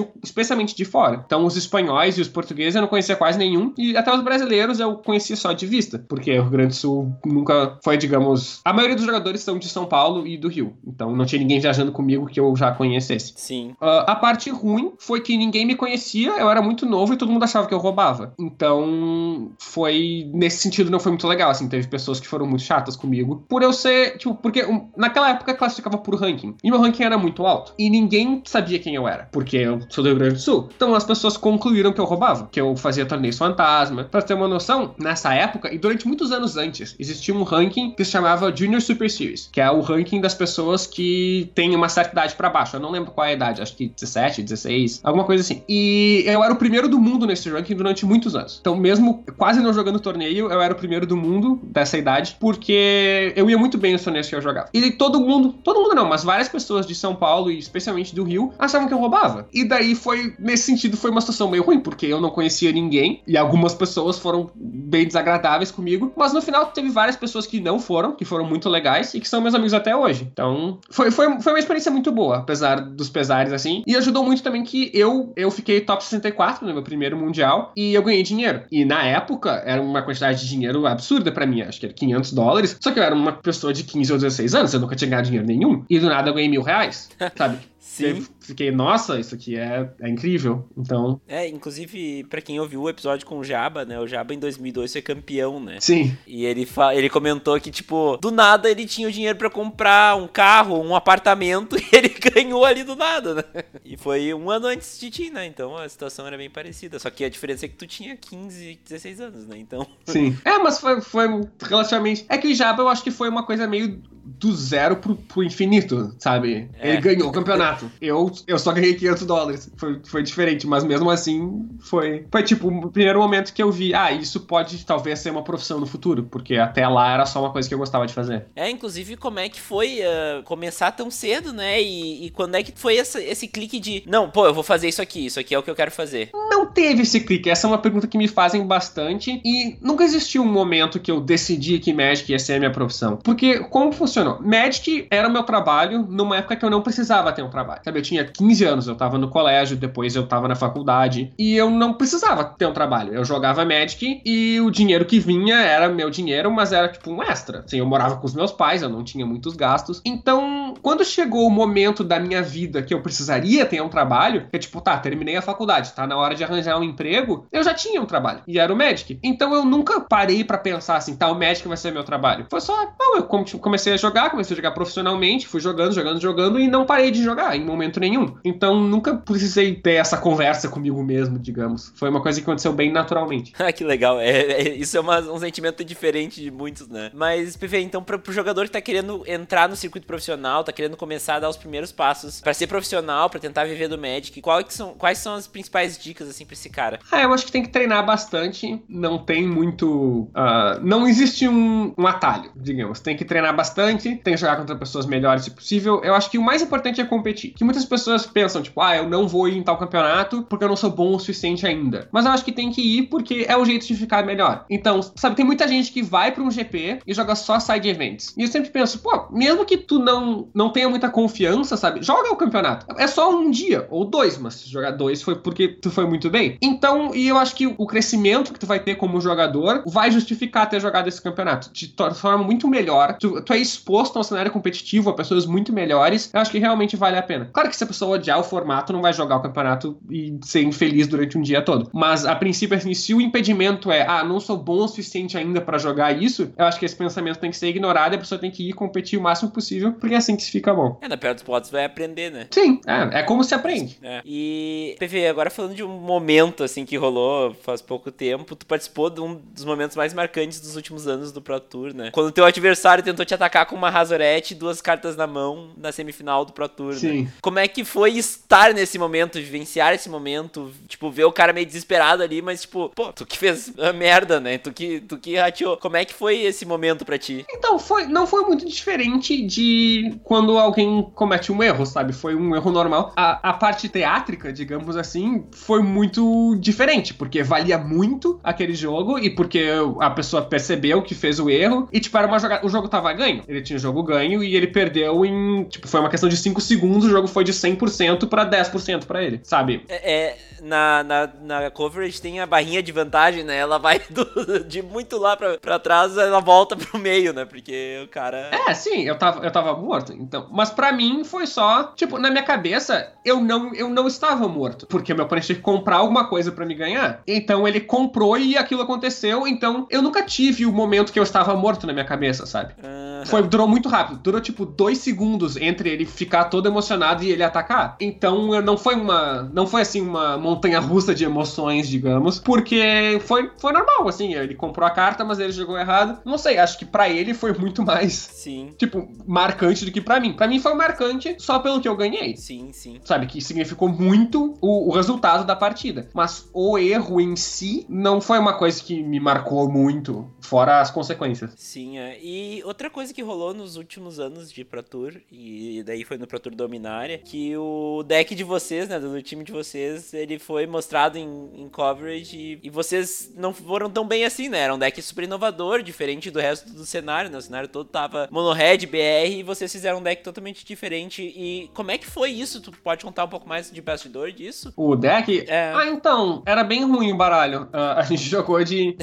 Brasil, especialmente de fora. Então, os espanhóis e os portugueses eu não conhecia quase nenhum, e até os brasileiros eu conhecia só de vista, porque o Rio Grande do Sul nunca foi, digamos... A maioria dos jogadores são de São Paulo e do Rio, então não tinha ninguém viajando comigo que eu já conhecesse. Sim. A parte ruim foi que ninguém me conhecia, eu era muito novo e todo mundo achava que eu roubava. Então, nesse sentido, não foi muito legal, assim, teve pessoas que foram muito chatas comigo, por eu ser, tipo, porque naquela época eu classificava por ranking, e meu ranking era muito alto, e ninguém sabia quem eu era, porque eu sou do Rio Grande do Sul. Então as pessoas concluíram que eu roubava, que eu fazia torneios fantasma. Pra ter uma noção, nessa época, e durante muitos anos antes, existia um ranking que se chamava Junior Super Series, que é o ranking das pessoas que têm uma certa idade pra baixo. Eu não lembro qual é a idade, acho que 17, 16, alguma coisa assim. E eu era o primeiro do mundo nesse ranking durante muitos anos. Então, mesmo quase não jogando torneio, eu era o primeiro do mundo dessa idade, porque eu ia muito bem nos torneios que eu jogava. E todo mundo não, mas várias pessoas de São Paulo e especialmente do Rio achavam que eu roubava. E daí nesse sentido, foi uma situação meio ruim, porque eu não conhecia ninguém e algumas pessoas foram bem desagradáveis comigo, mas no final teve várias pessoas que não foram, que foram muito legais e que são meus amigos até hoje. Então, foi uma experiência muito boa, apesar dos pesares, assim. E ajudou muito também que eu fiquei top 64 no meu primeiro mundial e eu ganhei dinheiro. E na época, era uma quantidade de dinheiro absurda pra mim, acho que era $500, só que eu era uma pessoa de 15 ou 16 anos, eu nunca tinha ganhado dinheiro nenhum, e do nada eu ganhei R$1.000, sabe? Sim. Eu fiquei, nossa, isso aqui é incrível, então... Inclusive, pra quem ouviu o episódio com o Jaba, né, o Jaba em 2002 foi campeão, né? Sim. E ele comentou que, tipo, do nada ele tinha o dinheiro pra comprar um carro, um apartamento, e ele ganhou ali do nada, né? E foi um ano antes de ti, né? Então a situação era bem parecida, só que a diferença é que tu tinha 15, 16 anos, né? Então... Sim. Mas foi relativamente... É que o Jaba eu acho que foi uma coisa meio do zero pro infinito, sabe? Ele ganhou o campeonato. Eu só ganhei $500. Foi diferente, mas mesmo assim foi tipo o primeiro momento que eu vi, isso pode talvez ser uma profissão no futuro, porque até lá era só uma coisa que eu gostava de fazer. Inclusive, como é que foi começar tão cedo, né? E quando é que foi esse clique de, não, pô, eu vou fazer isso aqui é o que eu quero fazer? Não teve esse clique, essa é uma pergunta que me fazem bastante e nunca existiu um momento que eu decidi que Magic ia ser a minha profissão. Porque como funcionou? Magic era o meu trabalho numa época que eu não precisava ter um trabalho. Sabe, eu tinha 15 anos, eu tava no colégio, depois eu tava na faculdade e eu não precisava ter um trabalho. Eu jogava Magic e o dinheiro que vinha era meu dinheiro, mas era tipo um extra. Assim, eu morava com os meus pais, eu não tinha muitos gastos. Então, quando chegou o momento da minha vida que eu precisaria ter um trabalho, que é tipo, terminei a faculdade, tá na hora de arranjar um emprego, eu já tinha um trabalho. E era o Magic. Então eu nunca parei pra pensar assim, o Magic vai ser meu trabalho. Foi só, eu comecei a jogar profissionalmente, fui jogando e não parei de jogar em momento nenhum. Então nunca precisei ter essa conversa comigo mesmo, digamos. Foi uma coisa que aconteceu bem naturalmente. Que legal. Isso é um sentimento diferente de muitos, né? Mas, PV, então pro jogador que tá querendo entrar no circuito profissional, tá querendo começar a dar os primeiros passos pra ser profissional, pra tentar viver do Magic, quais são as principais dicas, assim, pra esse cara? Eu acho que tem que treinar bastante. Não tem muito... não existe um atalho, digamos. Tem que treinar bastante, tem que jogar contra pessoas melhores se possível. Eu acho que o mais importante é competir. Que muitas pessoas pensam, tipo, eu não vou ir em tal campeonato porque eu não sou bom o suficiente ainda. Mas eu acho que tem que ir porque é o jeito de ficar melhor. Então, sabe, tem muita gente que vai pra um GP e joga só side events. E eu sempre penso, mesmo que tu não tenha muita confiança, sabe, joga o campeonato. É só um dia ou 2, mas se jogar 2 foi porque tu foi muito bem. Então, e eu acho que o crescimento que tu vai ter como jogador vai justificar ter jogado esse campeonato. Te torna muito melhor. Tu é exposto a um cenário competitivo, a pessoas muito melhores. Eu acho que realmente vale a pena. Claro que se a pessoa odiar o formato, não vai jogar o campeonato e ser infeliz durante um dia todo. Mas, a princípio, assim, se o impedimento é, não sou bom o suficiente ainda pra jogar isso, eu acho que esse pensamento tem que ser ignorado e a pessoa tem que ir competir o máximo possível, porque é assim que se fica bom. Na pior dos potes vai aprender, né? Sim, é como se aprende. E, PV, agora falando de um momento, assim, que rolou faz pouco tempo, tu participou de um dos momentos mais marcantes dos últimos anos do Pro Tour, né? Quando o teu adversário tentou te atacar com uma Razorette e 2 cartas na mão na semifinal do Pro Tour, Sim. Né? Como é que foi estar nesse momento, vivenciar esse momento, tipo, ver o cara meio desesperado ali, mas tipo, tu que fez a merda, né? Tu que rateou. Como é que foi esse momento pra ti? Então, não foi muito diferente de quando alguém comete um erro, sabe? Foi um erro normal. A parte teátrica, digamos assim, foi muito diferente, porque valia muito aquele jogo e porque a pessoa percebeu que fez o erro e, tipo, era uma jogada, o jogo tava ganho. Ele tinha o jogo ganho e ele perdeu em, tipo, foi uma questão de 5 segundos segundos o jogo foi de 100% pra 10% pra ele, sabe? Na coverage tem a barrinha de vantagem, né? Ela vai de muito lá pra trás, ela volta pro meio, né? Porque o cara... Sim, eu tava morto. Então, mas pra mim foi só, tipo, na minha cabeça, eu não estava morto. Porque meu oponente tinha que comprar alguma coisa pra me ganhar. Então ele comprou e aquilo aconteceu. Então eu nunca tive o momento que eu estava morto na minha cabeça, sabe? Durou muito rápido. Durou, tipo, 2 segundos entre ele ficar todo emocionado e ele atacar. Então não foi assim uma montanha-russa de emoções, digamos. Porque foi normal, assim. Ele comprou a carta, mas ele jogou errado. Não sei, acho que pra ele foi muito mais... Sim. Tipo, marcante do que pra mim. Pra mim foi marcante só pelo que eu ganhei. Sim. Sabe, que significou muito o resultado da partida. Mas o erro em si não foi uma coisa que me marcou muito, fora as consequências. Sim, E outra coisa que rolou nos últimos anos de Pro Tour, e daí foi no Pro Tour Dominária, que o deck de vocês, né, do time de vocês, ele foi mostrado em coverage e vocês não foram tão bem assim, né? Era um deck super inovador, diferente do resto do cenário, né? O cenário todo tava mono-red, BR, e vocês fizeram um deck totalmente diferente. E como é que foi isso? Tu pode contar um pouco mais de bastidor disso? O deck? Então, era bem ruim o baralho. A gente jogou de...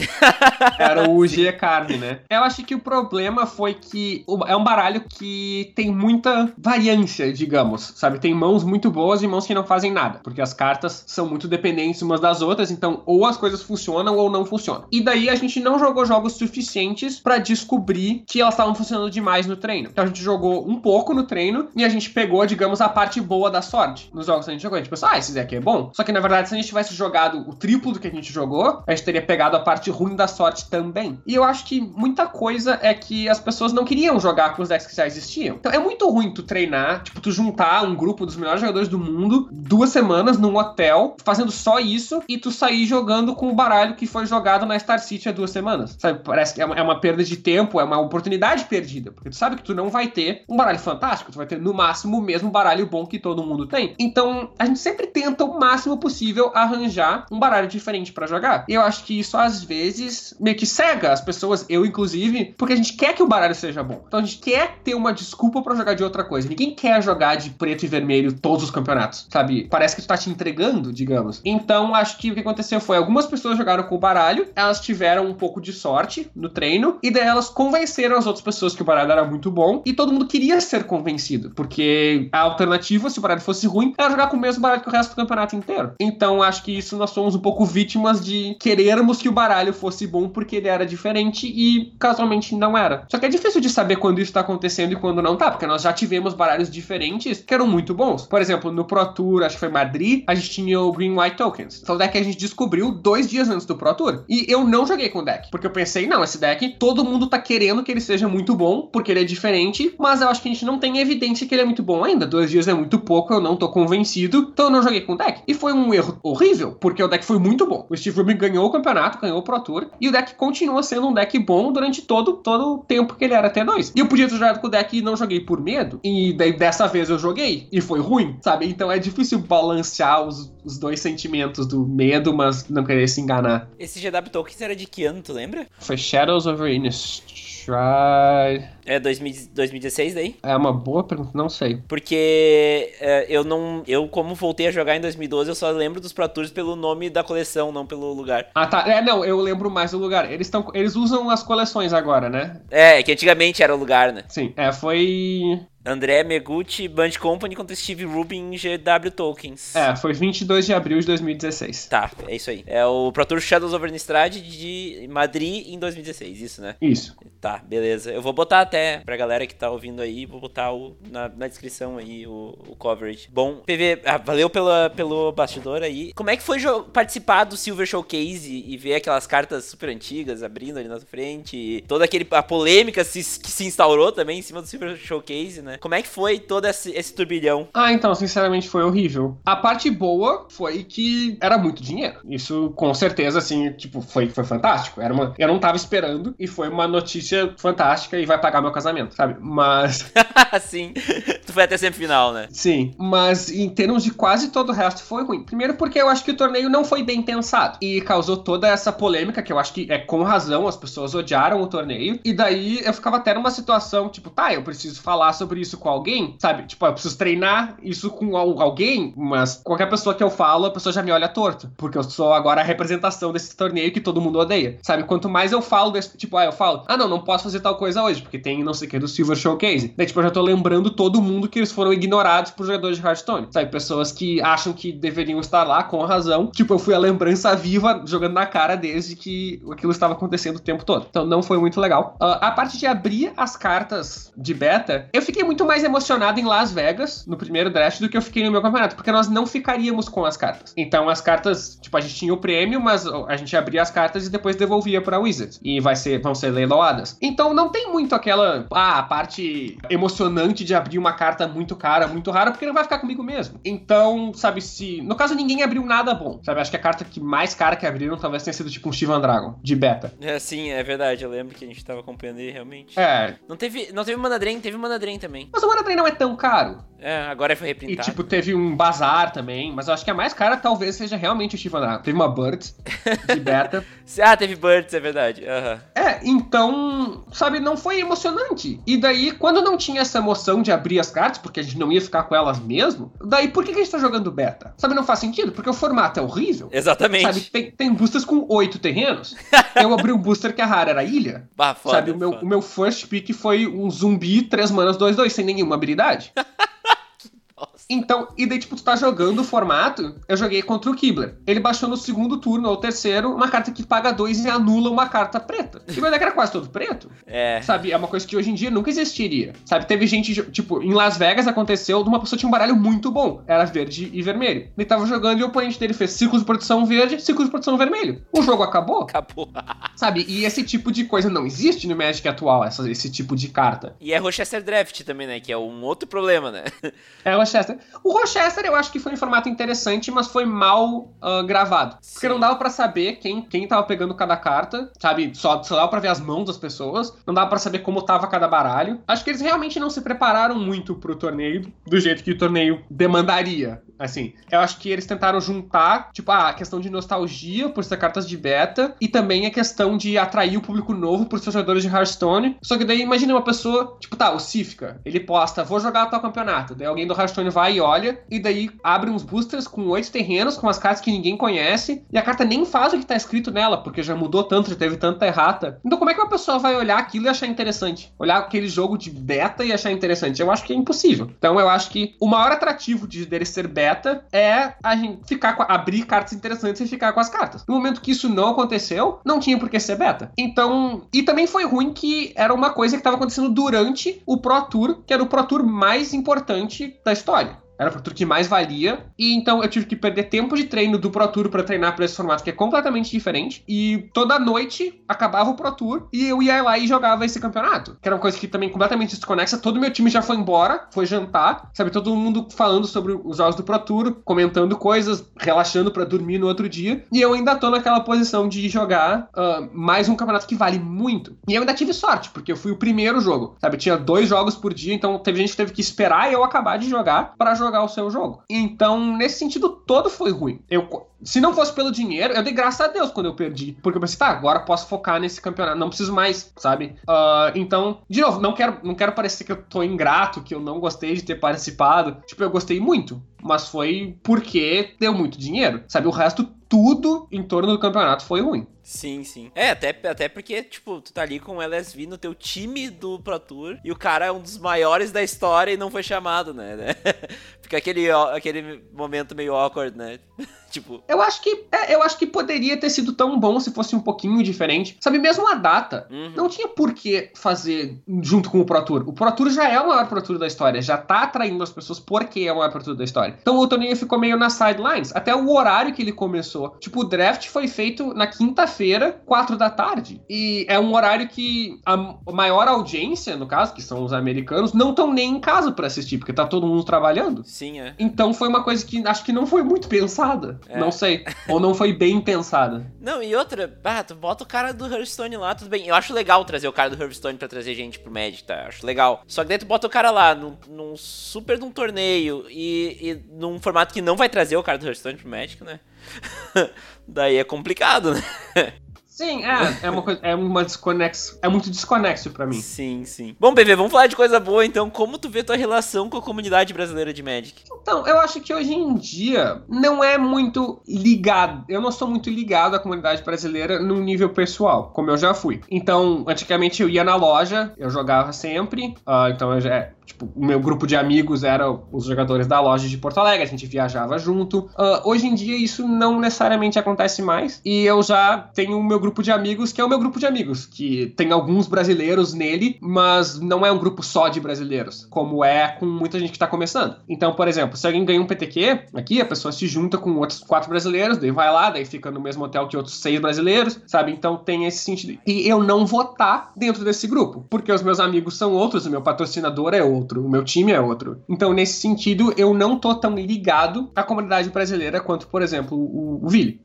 Era o G Carne, né? Eu acho que o problema foi que é um baralho que tem muita variância, digamos, sabe? Tem mãos muito boas e mãos que não fazem nada, porque as cartas são muito dependentes umas das outras, então ou as coisas funcionam ou não funcionam. E daí a gente não jogou jogos suficientes pra descobrir que elas estavam funcionando demais no treino. Então a gente jogou um pouco no treino e a gente pegou, digamos, a parte boa da sorte. Nos jogos que a gente jogou, a gente pensou, esse deck é bom. Só que na verdade, se a gente tivesse jogado o triplo do que a gente jogou, a gente teria pegado a parte ruim da sorte também. E eu acho que muita coisa é que as pessoas não queriam jogar com os decks que já existiam. Então é muito ruim tu treinar, tipo, tu juntar um grupo dos melhores jogadores do mundo 2 semanas num hotel, fazendo só isso, e tu sair jogando com o baralho que foi jogado na Star City há 2 semanas. Sabe, parece que é uma perda de tempo, é uma oportunidade perdida, porque tu sabe que tu não vai ter um baralho fantástico, tu vai ter no máximo o mesmo baralho bom que todo mundo tem. Então, a gente sempre tenta o máximo possível arranjar um baralho diferente pra jogar. E eu acho que isso, às vezes, meio que cega as pessoas, eu inclusive, porque a gente quer que o baralho seja bom. Então a gente quer ter uma desculpa pra jogar de outra coisa. Ninguém quer jogar de preto e vermelho todos os campeonatos, sabe? Parece que tu tá te entregando, digamos. Então, acho que o que aconteceu foi, algumas pessoas jogaram com o baralho, elas tiveram um pouco de sorte no treino, e daí elas convenceram as outras pessoas que o baralho era muito bom, e todo mundo queria ser convencido, porque a alternativa, se o baralho fosse ruim, era jogar com o mesmo baralho que o resto do campeonato inteiro. Então, acho que isso nós somos um pouco vítimas de querermos que o baralho fosse bom porque ele era diferente e casualmente não era. Só que é difícil de saber quando isso tá acontecendo e quando não tá, porque nós já tivemos baralhos diferentes que eram muito bons. Por exemplo, no Pro Tour, acho que foi Madrid, a gente tinha o Green White Tokens. Foi o deck que a gente descobriu 2 dias antes do Pro Tour. E eu não joguei com o deck, porque eu pensei, não, esse deck, todo mundo tá querendo que ele seja muito bom, porque ele é diferente, mas eu acho que a gente não tem evidência que ele é muito bom ainda. 2 dias é muito pouco, eu não tô convencido, então eu não joguei com o deck. E foi um erro horrível, porque o deck foi muito bom. O Steve Rubin ganhou o campeonato, ganhou o Pro Tour, e o deck continua sendo um deck bom durante todo o tempo que ele era T2. E eu podia ter jogado com o deck e não joguei por medo, e daí dessa vez eu joguei, e foi ruim, sabe? Então é difícil balancear os dois sentimentos do medo, mas não querer se enganar. Esse GW Tokens era de que ano, tu lembra? Foi Shadows over Innistrad. É 2016 daí? É uma boa pergunta, não sei. Porque eu como voltei a jogar em 2012, eu só lembro dos Pro Tours pelo nome da coleção, não pelo lugar. Ah, tá. Não, eu lembro mais do lugar. Eles usam as coleções agora, né? Que antigamente era o lugar, né? Sim, foi... André Meguchi, Band Company contra Steve Rubin, GW Tokens. Foi 22 de abril de 2016. Tá, é isso aí. É o Pro Tour Shadows over Innistrad de Madrid em 2016, isso, né? Isso. Tá, beleza. Eu vou botar até pra galera que tá ouvindo aí, vou botar na descrição aí o coverage. Bom, PV, valeu pelo bastidor aí. Como é que foi participar do Silver Showcase e ver aquelas cartas super antigas abrindo ali na frente? E toda a polêmica que se instaurou também em cima do Silver Showcase, né? Como é que foi todo esse turbilhão? Então, sinceramente, foi horrível. A parte boa foi que era muito dinheiro. Isso, com certeza, assim, tipo, foi fantástico. Eu não tava esperando e foi uma notícia ser fantástica e vai pagar meu casamento, sabe? Mas... Sim, tu foi até semifinal, né? Sim, mas em termos de quase todo o resto foi ruim. Primeiro porque eu acho que o torneio não foi bem pensado e causou toda essa polêmica, que eu acho que é com razão, as pessoas odiaram o torneio, e daí eu ficava até numa situação, tipo, tá, eu preciso falar sobre isso com alguém, sabe? Tipo, eu preciso treinar isso com alguém, mas qualquer pessoa que eu falo, a pessoa já me olha torto, porque eu sou agora a representação desse torneio que todo mundo odeia, sabe? Quanto mais eu falo desse, tipo, eu falo, não posso fazer tal coisa hoje, porque tem não sei o que do Silver Showcase. Daí, tipo, eu já tô lembrando todo mundo que eles foram ignorados por jogadores de Hearthstone, sabe? Pessoas que acham que deveriam estar lá com razão. Tipo, eu fui a lembrança viva jogando na cara desde que aquilo estava acontecendo o tempo todo. Então não foi muito legal. A parte de abrir as cartas de beta, eu fiquei muito mais emocionado em Las Vegas, no primeiro draft, do que eu fiquei no meu campeonato, porque nós não ficaríamos com as cartas. Então as cartas, tipo, a gente tinha o prêmio, mas a gente abria as cartas e depois devolvia pra Wizards. E vão ser leiloadas. Então não tem muito aquela, a parte emocionante de abrir uma carta muito cara, muito rara, porque não vai ficar comigo mesmo. Então, sabe, se... No caso, ninguém abriu nada bom, sabe? Acho que a carta mais cara que abriram talvez tenha sido tipo um Shivan Dragon, de beta. Sim, é verdade. Eu lembro que a gente tava acompanhando ele, realmente. Não teve Mana Drain, teve Mana Drain também. Mas o Mana Drain não é tão caro. Agora foi reprintado. E, tipo, teve um Bazar também, mas eu acho que a mais cara talvez seja realmente o Shivan Dragon. Teve uma Bird de beta. Teve Birds, é verdade. Então, sabe, não foi emocionante. E daí, quando não tinha essa emoção de abrir as cartas, porque a gente não ia ficar com elas mesmo, daí por que a gente tá jogando beta? Sabe, não faz sentido, porque o formato é horrível. Exatamente. Sabe, tem boosters com 8 terrenos. Eu abri um booster que a rara era ilha. Foda, sabe, o meu first pick foi um zumbi 3 manas 2/2, sem nenhuma habilidade. Então, e daí, tipo, tu tá jogando o formato, eu joguei contra o Kibler. Ele baixou no segundo turno, ou terceiro, uma carta que paga 2 e anula uma carta preta. E meu deck era quase todo preto. Sabe, é uma coisa que hoje em dia nunca existiria. Sabe, teve gente, tipo, em Las Vegas aconteceu de uma pessoa que tinha um baralho muito bom. Era verde e vermelho. Ele tava jogando e o oponente dele fez círculos de proteção verde, círculos de proteção vermelho. O jogo acabou. Sabe, e esse tipo de coisa não existe no Magic atual, esse tipo de carta. E é Rochester Draft também, né, que é um outro problema, né? É Rochester. O Rochester eu acho que foi um formato interessante, mas foi mal gravado. Sim. Porque não dava pra saber quem tava pegando cada carta, sabe? Só dava pra ver as mãos das pessoas. Não dava pra saber como tava cada baralho. Acho que eles realmente não se prepararam muito pro torneio, do jeito que o torneio demandaria. Assim, eu acho que eles tentaram juntar, tipo, a questão de nostalgia por ser cartas de beta e também a questão de atrair o público novo pros jogadores de Hearthstone. Só que daí, imagina uma pessoa, tipo, o Sifka, ele posta, vou jogar o tal campeonato. Daí alguém do Hearthstone vai e olha, e daí abre uns boosters com 8 terrenos, com as cartas que ninguém conhece, e a carta nem faz o que tá escrito nela, porque já mudou tanto, já teve tanta errata. Então como é que uma pessoa vai olhar aquilo e achar interessante? Olhar aquele jogo de beta e achar interessante? Eu acho que é impossível. Então eu acho que o maior atrativo dele ser beta é a gente abrir cartas interessantes e ficar com as cartas. No momento que isso não aconteceu, não tinha por que ser beta. Então, e também foi ruim que era uma coisa que estava acontecendo durante o Pro Tour, que era o Pro Tour mais importante da história. Era o Pro Tour que mais valia, e então eu tive que perder tempo de treino do Pro Tour pra treinar pra esse formato que é completamente diferente, e toda noite acabava o Pro Tour e eu ia lá e jogava esse campeonato, que era uma coisa que também completamente desconexa. Todo o meu time já foi embora, foi jantar, sabe, todo mundo falando sobre os jogos do Pro Tour, comentando coisas, relaxando pra dormir no outro dia, e eu ainda tô naquela posição de jogar mais um campeonato que vale muito. E eu ainda tive sorte, porque eu fui o primeiro jogo, sabe, tinha 2 jogos por dia, então teve gente que teve que esperar eu acabar de jogar pra jogar o seu jogo. Então, nesse sentido todo foi ruim. Se não fosse pelo dinheiro, eu dei graças a Deus quando eu perdi. Porque eu pensei, agora posso focar nesse campeonato. Não preciso mais, sabe? Então, de novo, não quero parecer que eu tô ingrato, que eu não gostei de ter participado. Tipo, eu gostei muito. Mas foi porque deu muito dinheiro, sabe? O resto, tudo em torno do campeonato foi ruim. Sim, sim. Até porque, tipo, tu tá ali com o LSV no teu time do Pro Tour e o cara é um dos maiores da história e não foi chamado, né? Fica aquele momento meio awkward, né? Tipo... Eu acho que poderia ter sido tão bom se fosse um pouquinho diferente. Sabe, mesmo a data, não tinha por que fazer junto com o Pro Tour. O Pro Tour já é o maior Pro Tour da história, já tá atraindo as pessoas porque é o maior Pro Tour da história. Então o torneio ficou meio nas sidelines, até o horário que ele começou. Tipo, o draft foi feito na quinta-feira, 4 da tarde. E é um horário que a maior audiência, no caso, que são os americanos, não estão nem em casa pra assistir, porque tá todo mundo trabalhando. Sim, é. Então foi uma coisa que acho que não foi muito pensada. Não sei. Ou não foi bem pensada. Não, e outra, tu bota o cara do Hearthstone lá, tudo bem. Eu acho legal trazer o cara do Hearthstone pra trazer gente pro Magic, tá? Eu acho legal. Só que daí tu bota o cara lá num super de um torneio e num formato que não vai trazer o cara do Hearthstone pro Magic, né? Daí é complicado, né? Sim, é uma desconexo. É muito desconexo pra mim. Sim. Bom, PV, vamos falar de coisa boa, então. Como tu vê tua relação com a comunidade brasileira de Magic? Então, eu acho que hoje em dia não é muito ligado. Eu não sou muito ligado à comunidade brasileira no nível pessoal, como eu já fui. Então, antigamente eu ia na loja, eu jogava sempre. Então, o meu grupo de amigos era os jogadores da loja de Porto Alegre, a gente viajava junto. Hoje em dia isso não necessariamente acontece mais. E eu já tenho o meu grupo de amigos, que é o meu grupo de amigos, que tem alguns brasileiros nele, mas não é um grupo só de brasileiros, como é com muita gente que tá começando. Então, por exemplo, se alguém ganha um PTQ, aqui a pessoa se junta com outros 4 brasileiros, daí vai lá, daí fica no mesmo hotel que outros 6 brasileiros, sabe? Então tem esse sentido. E eu não vou estar dentro desse grupo, porque os meus amigos são outros, o meu patrocinador é outro, o meu time é outro. Então, nesse sentido, eu não tô tão ligado à comunidade brasileira quanto, por exemplo, o Vili.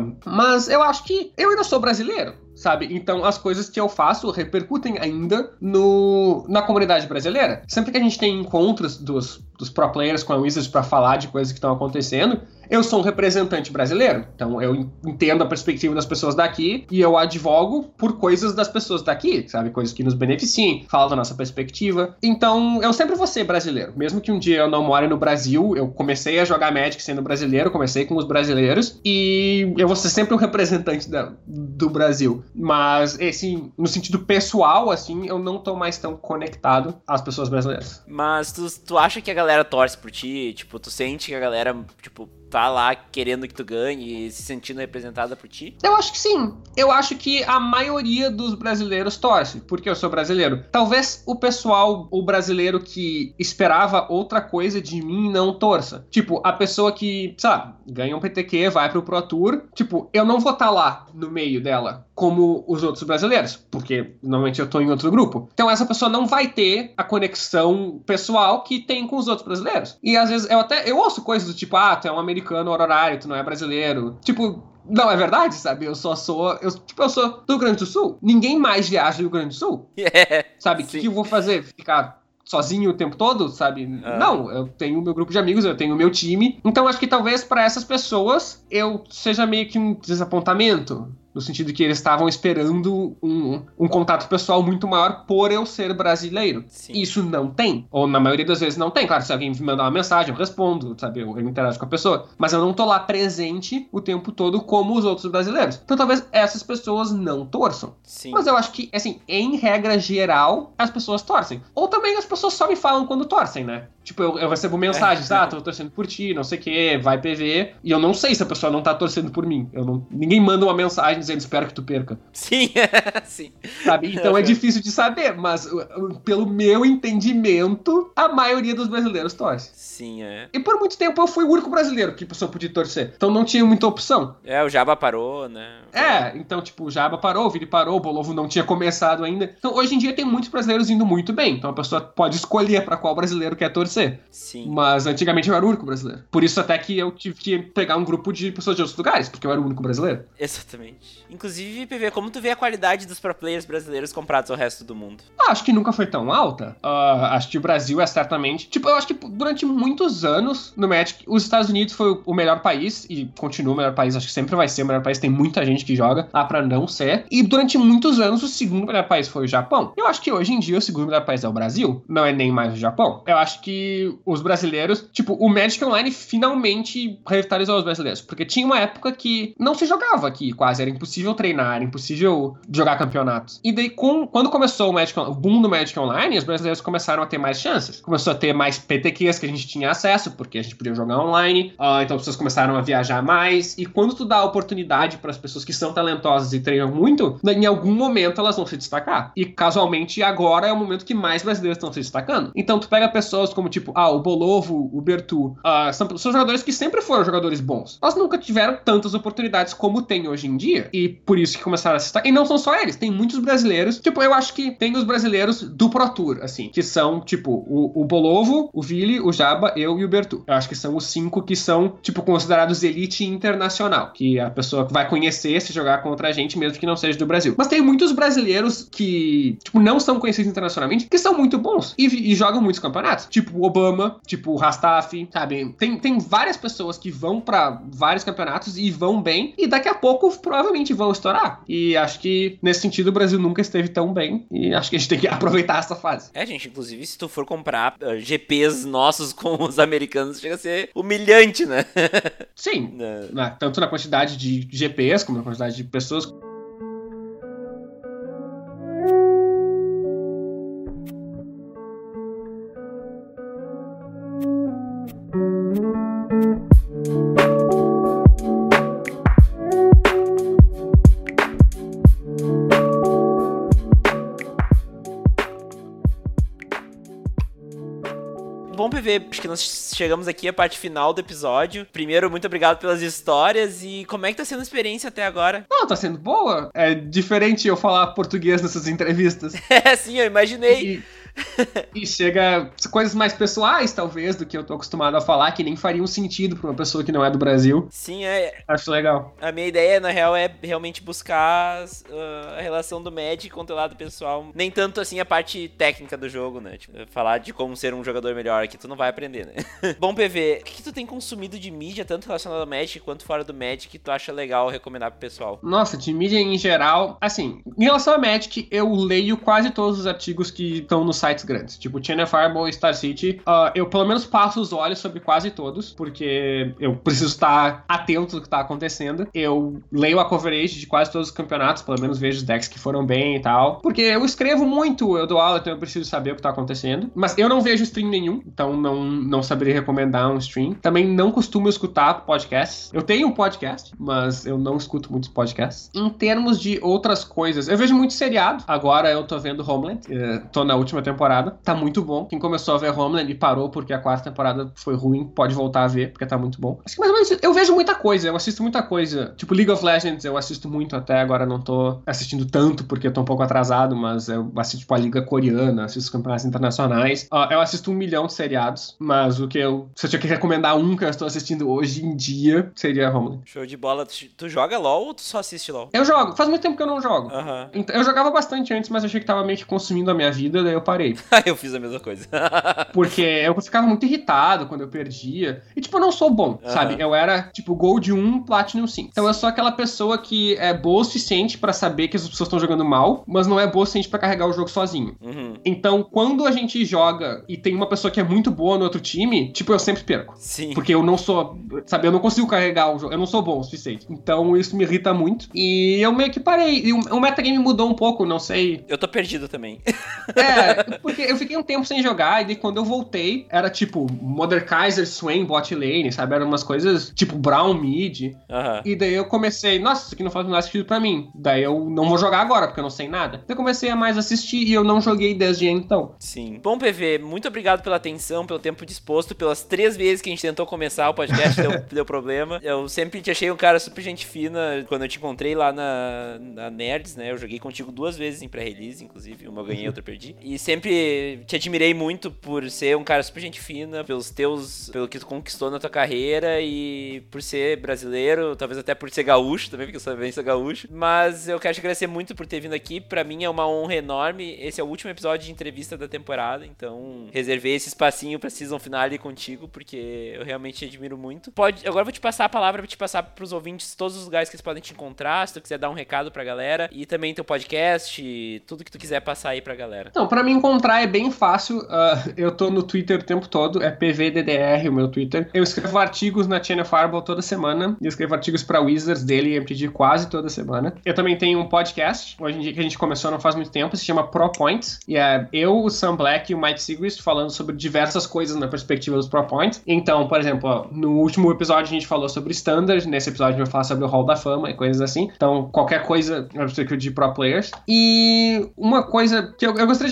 Mas eu acho que eu ainda sou brasileiro, sabe? Então as coisas que eu faço repercutem ainda na comunidade brasileira. Sempre que a gente tem encontros dos pro players com a Wizards para falar de coisas que estão acontecendo, eu sou um representante brasileiro. Então eu entendo a perspectiva das pessoas daqui e eu advogo por coisas das pessoas daqui, sabe? Coisas que nos beneficiem, falo da nossa perspectiva. Então eu sempre vou ser brasileiro. Mesmo que um dia eu não more no Brasil, eu comecei a jogar Magic sendo brasileiro, comecei com os brasileiros e eu vou ser sempre um representante do Brasil. Mas, assim, no sentido pessoal, assim, eu não tô mais tão conectado às pessoas brasileiras. Mas tu acha que a galera torce por ti? Tipo, tu sente que a galera, tipo, tá lá querendo que tu ganhe e se sentindo representada por ti? Eu acho que sim. Eu acho que a maioria dos brasileiros torce, porque eu sou brasileiro. Talvez o brasileiro que esperava outra coisa de mim não torça. Tipo, a pessoa que, sei lá, ganha um PTQ, vai pro Pro Tour. Tipo, eu não vou estar lá no meio dela, como os outros brasileiros, porque normalmente eu tô em outro grupo. Então essa pessoa não vai ter a conexão pessoal que tem com os outros brasileiros. E às vezes eu ouço coisas do tipo, tu é um americano honorário, tu não é brasileiro. Tipo, não é verdade, sabe? Eu sou do Rio Grande do Sul. Ninguém mais viaja do Rio Grande do Sul. Sabe? O que eu vou fazer? Ficar sozinho o tempo todo, sabe? Não, eu tenho o meu grupo de amigos, eu tenho o meu time. Então acho que talvez para essas pessoas eu seja meio que um desapontamento. No sentido que eles estavam esperando um contato pessoal muito maior por eu ser brasileiro. Sim. Isso não tem. Ou na maioria das vezes não tem. Claro, se alguém me mandar uma mensagem, eu respondo, sabe? Eu interajo com a pessoa. Mas eu não tô lá presente o tempo todo como os outros brasileiros. Então talvez essas pessoas não torçam. Sim. Mas eu acho que, assim, em regra geral, as pessoas torcem. Ou também as pessoas só me falam quando torcem, né? Tipo, eu recebo mensagens, tô torcendo por ti, não sei o que, vai PV. E eu não sei se a pessoa não tá torcendo por mim. Ninguém manda uma mensagem dizendo, espero que tu perca. Sim, sim. Sabe? Então é difícil de saber, mas pelo meu entendimento, a maioria dos brasileiros torce. Sim, E por muito tempo eu fui o único brasileiro que a pessoa podia torcer. Então não tinha muita opção. O Jabba parou, né? Então, tipo, o Jabba parou, o Vili parou, o Bolovo não tinha começado ainda. Então, hoje em dia tem muitos brasileiros indo muito bem. Então a pessoa pode escolher pra qual brasileiro quer torcer. Sim. Mas antigamente eu era o único brasileiro. Por isso até que eu tive que pegar um grupo de pessoas de outros lugares, porque eu era o único brasileiro. Exatamente. Inclusive, PV, como tu vê a qualidade dos pro players brasileiros comparados ao resto do mundo? Acho que nunca foi tão alta. Acho que o Brasil é certamente... Tipo, eu acho que durante muitos anos no Magic, os Estados Unidos foi o melhor país, e continua o melhor país, acho que sempre vai ser o melhor país, tem muita gente que joga lá pra não ser. E durante muitos anos, o segundo melhor país foi o Japão. Eu acho que hoje em dia o segundo melhor país é o Brasil, não é nem mais o Japão. Eu acho que os brasileiros... Tipo, o Magic Online finalmente revitalizou os brasileiros, porque tinha uma época que não se jogava aqui, quase, era impossível treinar, era impossível jogar campeonatos. E daí, quando começou o boom do Magic Online, os brasileiros começaram a ter mais chances. Começou a ter mais PTQs que a gente tinha acesso, porque a gente podia jogar online, então as pessoas começaram a viajar mais, e quando tu dá a oportunidade para as pessoas que são talentosas e treinam muito, em algum momento elas vão se destacar. E casualmente agora é o momento que mais brasileiros estão se destacando. Então tu pega pessoas como tipo, o Bolovo, o Bertu, são jogadores que sempre foram jogadores bons. Nós nunca tiveram tantas oportunidades como tem hoje em dia, e por isso que começaram a se destacar. E não são só eles, tem muitos brasileiros. Tipo, eu acho que tem os brasileiros do Pro Tour, assim, que são, tipo, o Bolovo, o Vili, o Jaba, eu e o Bertu. Eu acho que são os 5 que são, tipo, considerados elite internacional, que a pessoa vai conhecer se jogar contra a gente, mesmo que não seja do Brasil. Mas tem muitos brasileiros que, tipo, não são conhecidos internacionalmente, que são muito bons e jogam muitos campeonatos. Tipo o Obama, tipo o Rastaf, sabe? Tem várias pessoas que vão pra vários campeonatos e vão bem, e daqui a pouco provavelmente vão estourar. E acho que, nesse sentido, o Brasil nunca esteve tão bem, e acho que a gente tem que aproveitar essa fase. Gente, inclusive, se tu for comprar GPs nossos com os americanos, chega a ser humilhante, né? Sim, tanto na quantidade de GPs, como na quantidade de pessoas. Bom, PV, acho que nós chegamos aqui à parte final do episódio. Primeiro, muito obrigado pelas histórias e como é que tá sendo a experiência até agora? Não, tá sendo boa. É diferente eu falar português nessas entrevistas. Sim, eu imaginei. E chega coisas mais pessoais, talvez, do que eu tô acostumado a falar, que nem fariam sentido pra uma pessoa que não é do Brasil. Sim, Acho legal. A minha ideia, na real, é realmente buscar a relação do Magic com o lado pessoal. Nem tanto, assim, a parte técnica do jogo, né? Tipo, falar de como ser um jogador melhor, que tu não vai aprender, né? Bom, PV, o que tu tem consumido de mídia, tanto relacionado ao Magic quanto fora do Magic, que tu acha legal recomendar pro pessoal? Nossa, de mídia em geral, assim, em relação ao Magic, eu leio quase todos os artigos que estão nos sites grandes, tipo China Fireball e Star City. Eu pelo menos passo os olhos sobre quase todos, porque eu preciso estar atento do que tá acontecendo. Eu leio a coverage de quase todos os campeonatos, pelo menos vejo os decks que foram bem e tal, porque eu escrevo muito, eu dou aula, então eu preciso saber o que tá acontecendo. Mas eu não vejo stream nenhum, então não saberia recomendar um stream. Também não costumo escutar podcasts. Eu tenho um podcast, mas eu não escuto muitos podcasts. Em termos de outras coisas, eu vejo muito seriado. Agora eu tô vendo Homeland, tô na última temporada, tá muito bom. Quem começou a ver Homeland e parou porque a 4ª temporada foi ruim, pode voltar a ver, porque tá muito bom. Acho que mais ou menos eu vejo muita coisa, eu assisto muita coisa. Tipo League of Legends, eu assisto muito até agora, não tô assistindo tanto porque eu tô um pouco atrasado, mas eu assisto tipo a Liga Coreana, assisto os campeonatos internacionais. Eu assisto 1 milhão de seriados, mas se eu tinha que recomendar um que eu estou assistindo hoje em dia, seria Homeland. Show de bola. Tu joga LoL ou tu só assiste LoL? Eu jogo, faz muito tempo que eu não jogo. Uhum. Eu jogava bastante antes, mas achei que tava meio que consumindo a minha vida, daí eu parei. Eu fiz a mesma coisa. Porque eu ficava muito irritado quando eu perdia. E, tipo, eu não sou bom, sabe? Eu era, tipo, Gold 1, Platinum 5. Então eu sou aquela pessoa que é boa o suficiente pra saber que as pessoas estão jogando mal, mas não é boa o suficiente pra carregar o jogo sozinho. Uhum. Então, quando a gente joga e tem uma pessoa que é muito boa no outro time, tipo, eu sempre perco. Sim. Porque eu não sou, sabe? Eu não consigo carregar o jogo. Eu não sou bom o suficiente. Então, isso me irrita muito. E eu meio que parei. E o metagame mudou um pouco, não sei. Eu tô perdido também. Porque eu fiquei um tempo sem jogar, e daí quando eu voltei, era tipo Mordekaiser, Swain, bot lane, sabe? Eram umas coisas tipo Brown mid. E daí eu comecei, nossa, isso aqui não faz mais sentido pra mim. Daí eu não vou jogar agora, porque eu não sei nada. Daí eu comecei a mais assistir e eu não joguei desde então. Sim. Bom, PV, muito obrigado pela atenção, pelo tempo disposto, pelas 3 vezes que a gente tentou começar o podcast, deu problema. Eu sempre te achei um cara super gente fina quando eu te encontrei lá na Nerds, né? Eu joguei contigo 2 vezes em pré-release, inclusive. Uma eu ganhei, outra eu perdi. E sempre te admirei muito por ser um cara super gente fina, pelo que tu conquistou na tua carreira e por ser brasileiro, talvez até por ser gaúcho também, porque eu também sou gaúcho. Mas eu quero te agradecer muito por ter vindo aqui. Pra mim é uma honra enorme. Esse é o último episódio de entrevista da temporada, então reservei esse espacinho pra season finale contigo, porque eu realmente te admiro muito. Agora eu vou te passar a palavra pra te passar pros ouvintes todos os lugares que eles podem te encontrar, se tu quiser dar um recado pra galera, e também teu podcast, tudo que tu quiser passar aí pra galera. Então, pra me encontrar é bem fácil. Eu tô no Twitter o tempo todo, é PVDDR o meu Twitter. Eu escrevo artigos na China Fireball toda semana, eu escrevo artigos pra Wizards dele e MTG quase toda semana. Eu também tenho um podcast, hoje em dia que a gente começou não faz muito tempo, se chama Pro Points, e é eu, o Sam Black e o Mike Sigrist falando sobre diversas coisas na perspectiva dos Pro Points. Então, por exemplo, no último episódio a gente falou sobre Standard, nesse episódio a gente vai falar sobre o Hall da Fama e coisas assim. Então, qualquer coisa de Pro Players. E uma coisa que eu gostaria de agradecer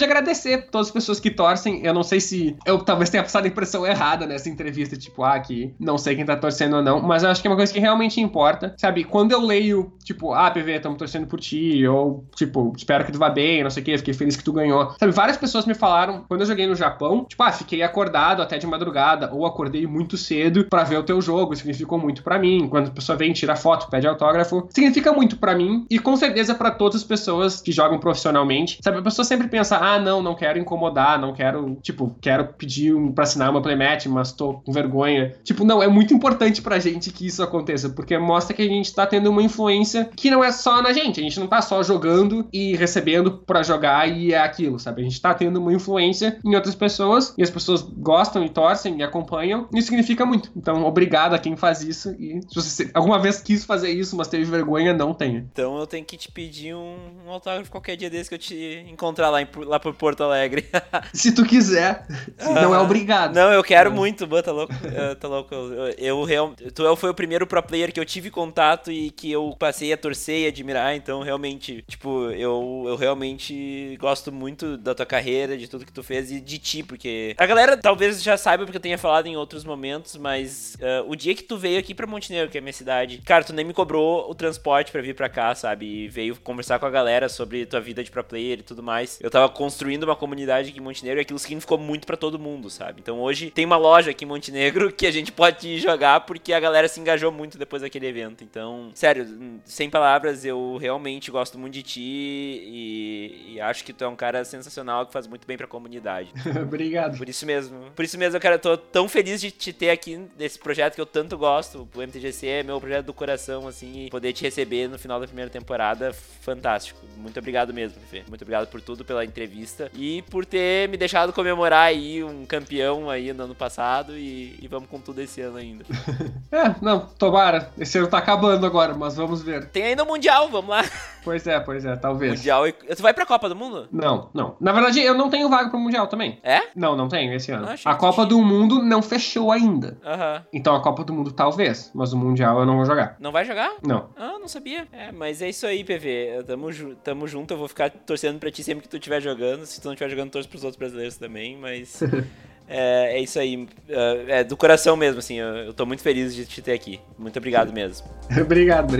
agradecer todas as pessoas que torcem. Eu não sei se eu talvez tenha passado a impressão errada nessa entrevista, tipo, que não sei quem tá torcendo ou não, mas eu acho que é uma coisa que realmente importa, sabe? Quando eu leio, tipo, PV, estamos torcendo por ti, ou, tipo, espero que tu vá bem, não sei o que, fiquei feliz que tu ganhou. Sabe, várias pessoas me falaram, quando eu joguei no Japão, tipo, fiquei acordado até de madrugada, ou acordei muito cedo pra ver o teu jogo, significou muito pra mim. Quando a pessoa vem, tira foto, pede autógrafo, significa muito pra mim, e com certeza pra todas as pessoas que jogam profissionalmente. Sabe, a pessoa sempre pensa, não quero incomodar, não quero, tipo, quero pedir pra assinar uma playmatch, mas tô com vergonha. Tipo, não, é muito importante pra gente que isso aconteça, porque mostra que a gente tá tendo uma influência que não é só na gente, a gente não tá só jogando e recebendo pra jogar e é aquilo, sabe? A gente tá tendo uma influência em outras pessoas, e as pessoas gostam e torcem e acompanham, e isso significa muito. Então, obrigado a quem faz isso, e se você alguma vez quis fazer isso, mas teve vergonha, não tenha. Então eu tenho que te pedir um autógrafo qualquer dia desse que eu te encontrar lá por Porto Alegre. Se tu quiser, não é obrigado. Não, eu quero muito, tá louco? Tá louco. Tu foi o primeiro pro player que eu tive contato e que eu passei a torcer e admirar, então realmente, tipo, eu realmente gosto muito da tua carreira, de tudo que tu fez e de ti, porque a galera talvez já saiba porque eu tenha falado em outros momentos, mas o dia que tu veio aqui pra Montenegro, que é a minha cidade, cara, tu nem me cobrou o transporte pra vir pra cá, sabe? E veio conversar com a galera sobre tua vida de pro player e tudo mais. Eu tava construindo uma comunidade aqui em Montenegro e aquilo significou muito pra todo mundo, sabe? Então hoje tem uma loja aqui em Montenegro que a gente pode ir jogar porque a galera se engajou muito depois daquele evento. Então, sério, sem palavras, eu realmente gosto muito de ti e acho que tu é um cara sensacional que faz muito bem pra comunidade. Obrigado. Por isso mesmo, cara, eu tô tão feliz de te ter aqui nesse projeto que eu tanto gosto. O MTGC é meu projeto do coração, assim, e poder te receber no final da primeira temporada, fantástico. Muito obrigado mesmo, Fê. Muito obrigado por tudo, pela entrevista e por ter me deixado comemorar aí um campeão aí no ano passado e vamos com tudo esse ano ainda. Tomara. Esse ano tá acabando agora, mas vamos ver. Tem ainda o Mundial, vamos lá. Pois é, talvez. Mundial e... Tu vai pra Copa do Mundo? Não. Na verdade, eu não tenho vaga pro Mundial também. É? Não tenho esse ano. A Copa do Mundo não fechou ainda. Aham. Então a Copa do Mundo talvez, mas o Mundial eu não vou jogar. Não vai jogar? Não. Não sabia. Mas é isso aí, PV. Tamo junto, eu vou ficar torcendo pra ti sempre que tu estiver jogando. Se tu não estiver jogando, torço pros outros brasileiros também, mas... É isso aí. É do coração mesmo, assim. Eu tô muito feliz de te ter aqui. Muito obrigado mesmo. Obrigado.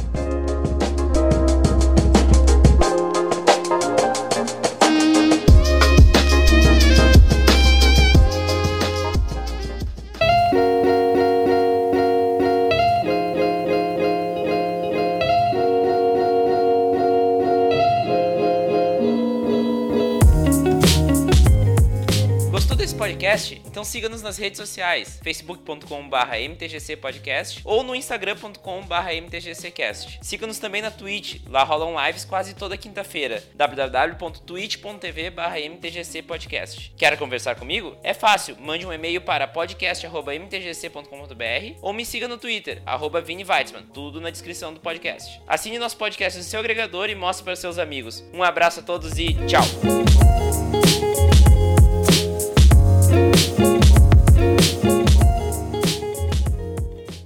Podcast, então siga-nos nas redes sociais, facebook.com/mtgcpodcast ou no instagram.com/mtgccast. Siga-nos também na Twitch, lá rolam lives quase toda quinta-feira, www.twitch.tv/mtgcpodcast. Quer conversar comigo? É fácil, mande um e-mail para podcast@mtgc.com.br ou me siga no Twitter, @ViniWeitzman, tudo na descrição do podcast. Assine nosso podcast no seu agregador e mostre para seus amigos. Um abraço a todos e tchau!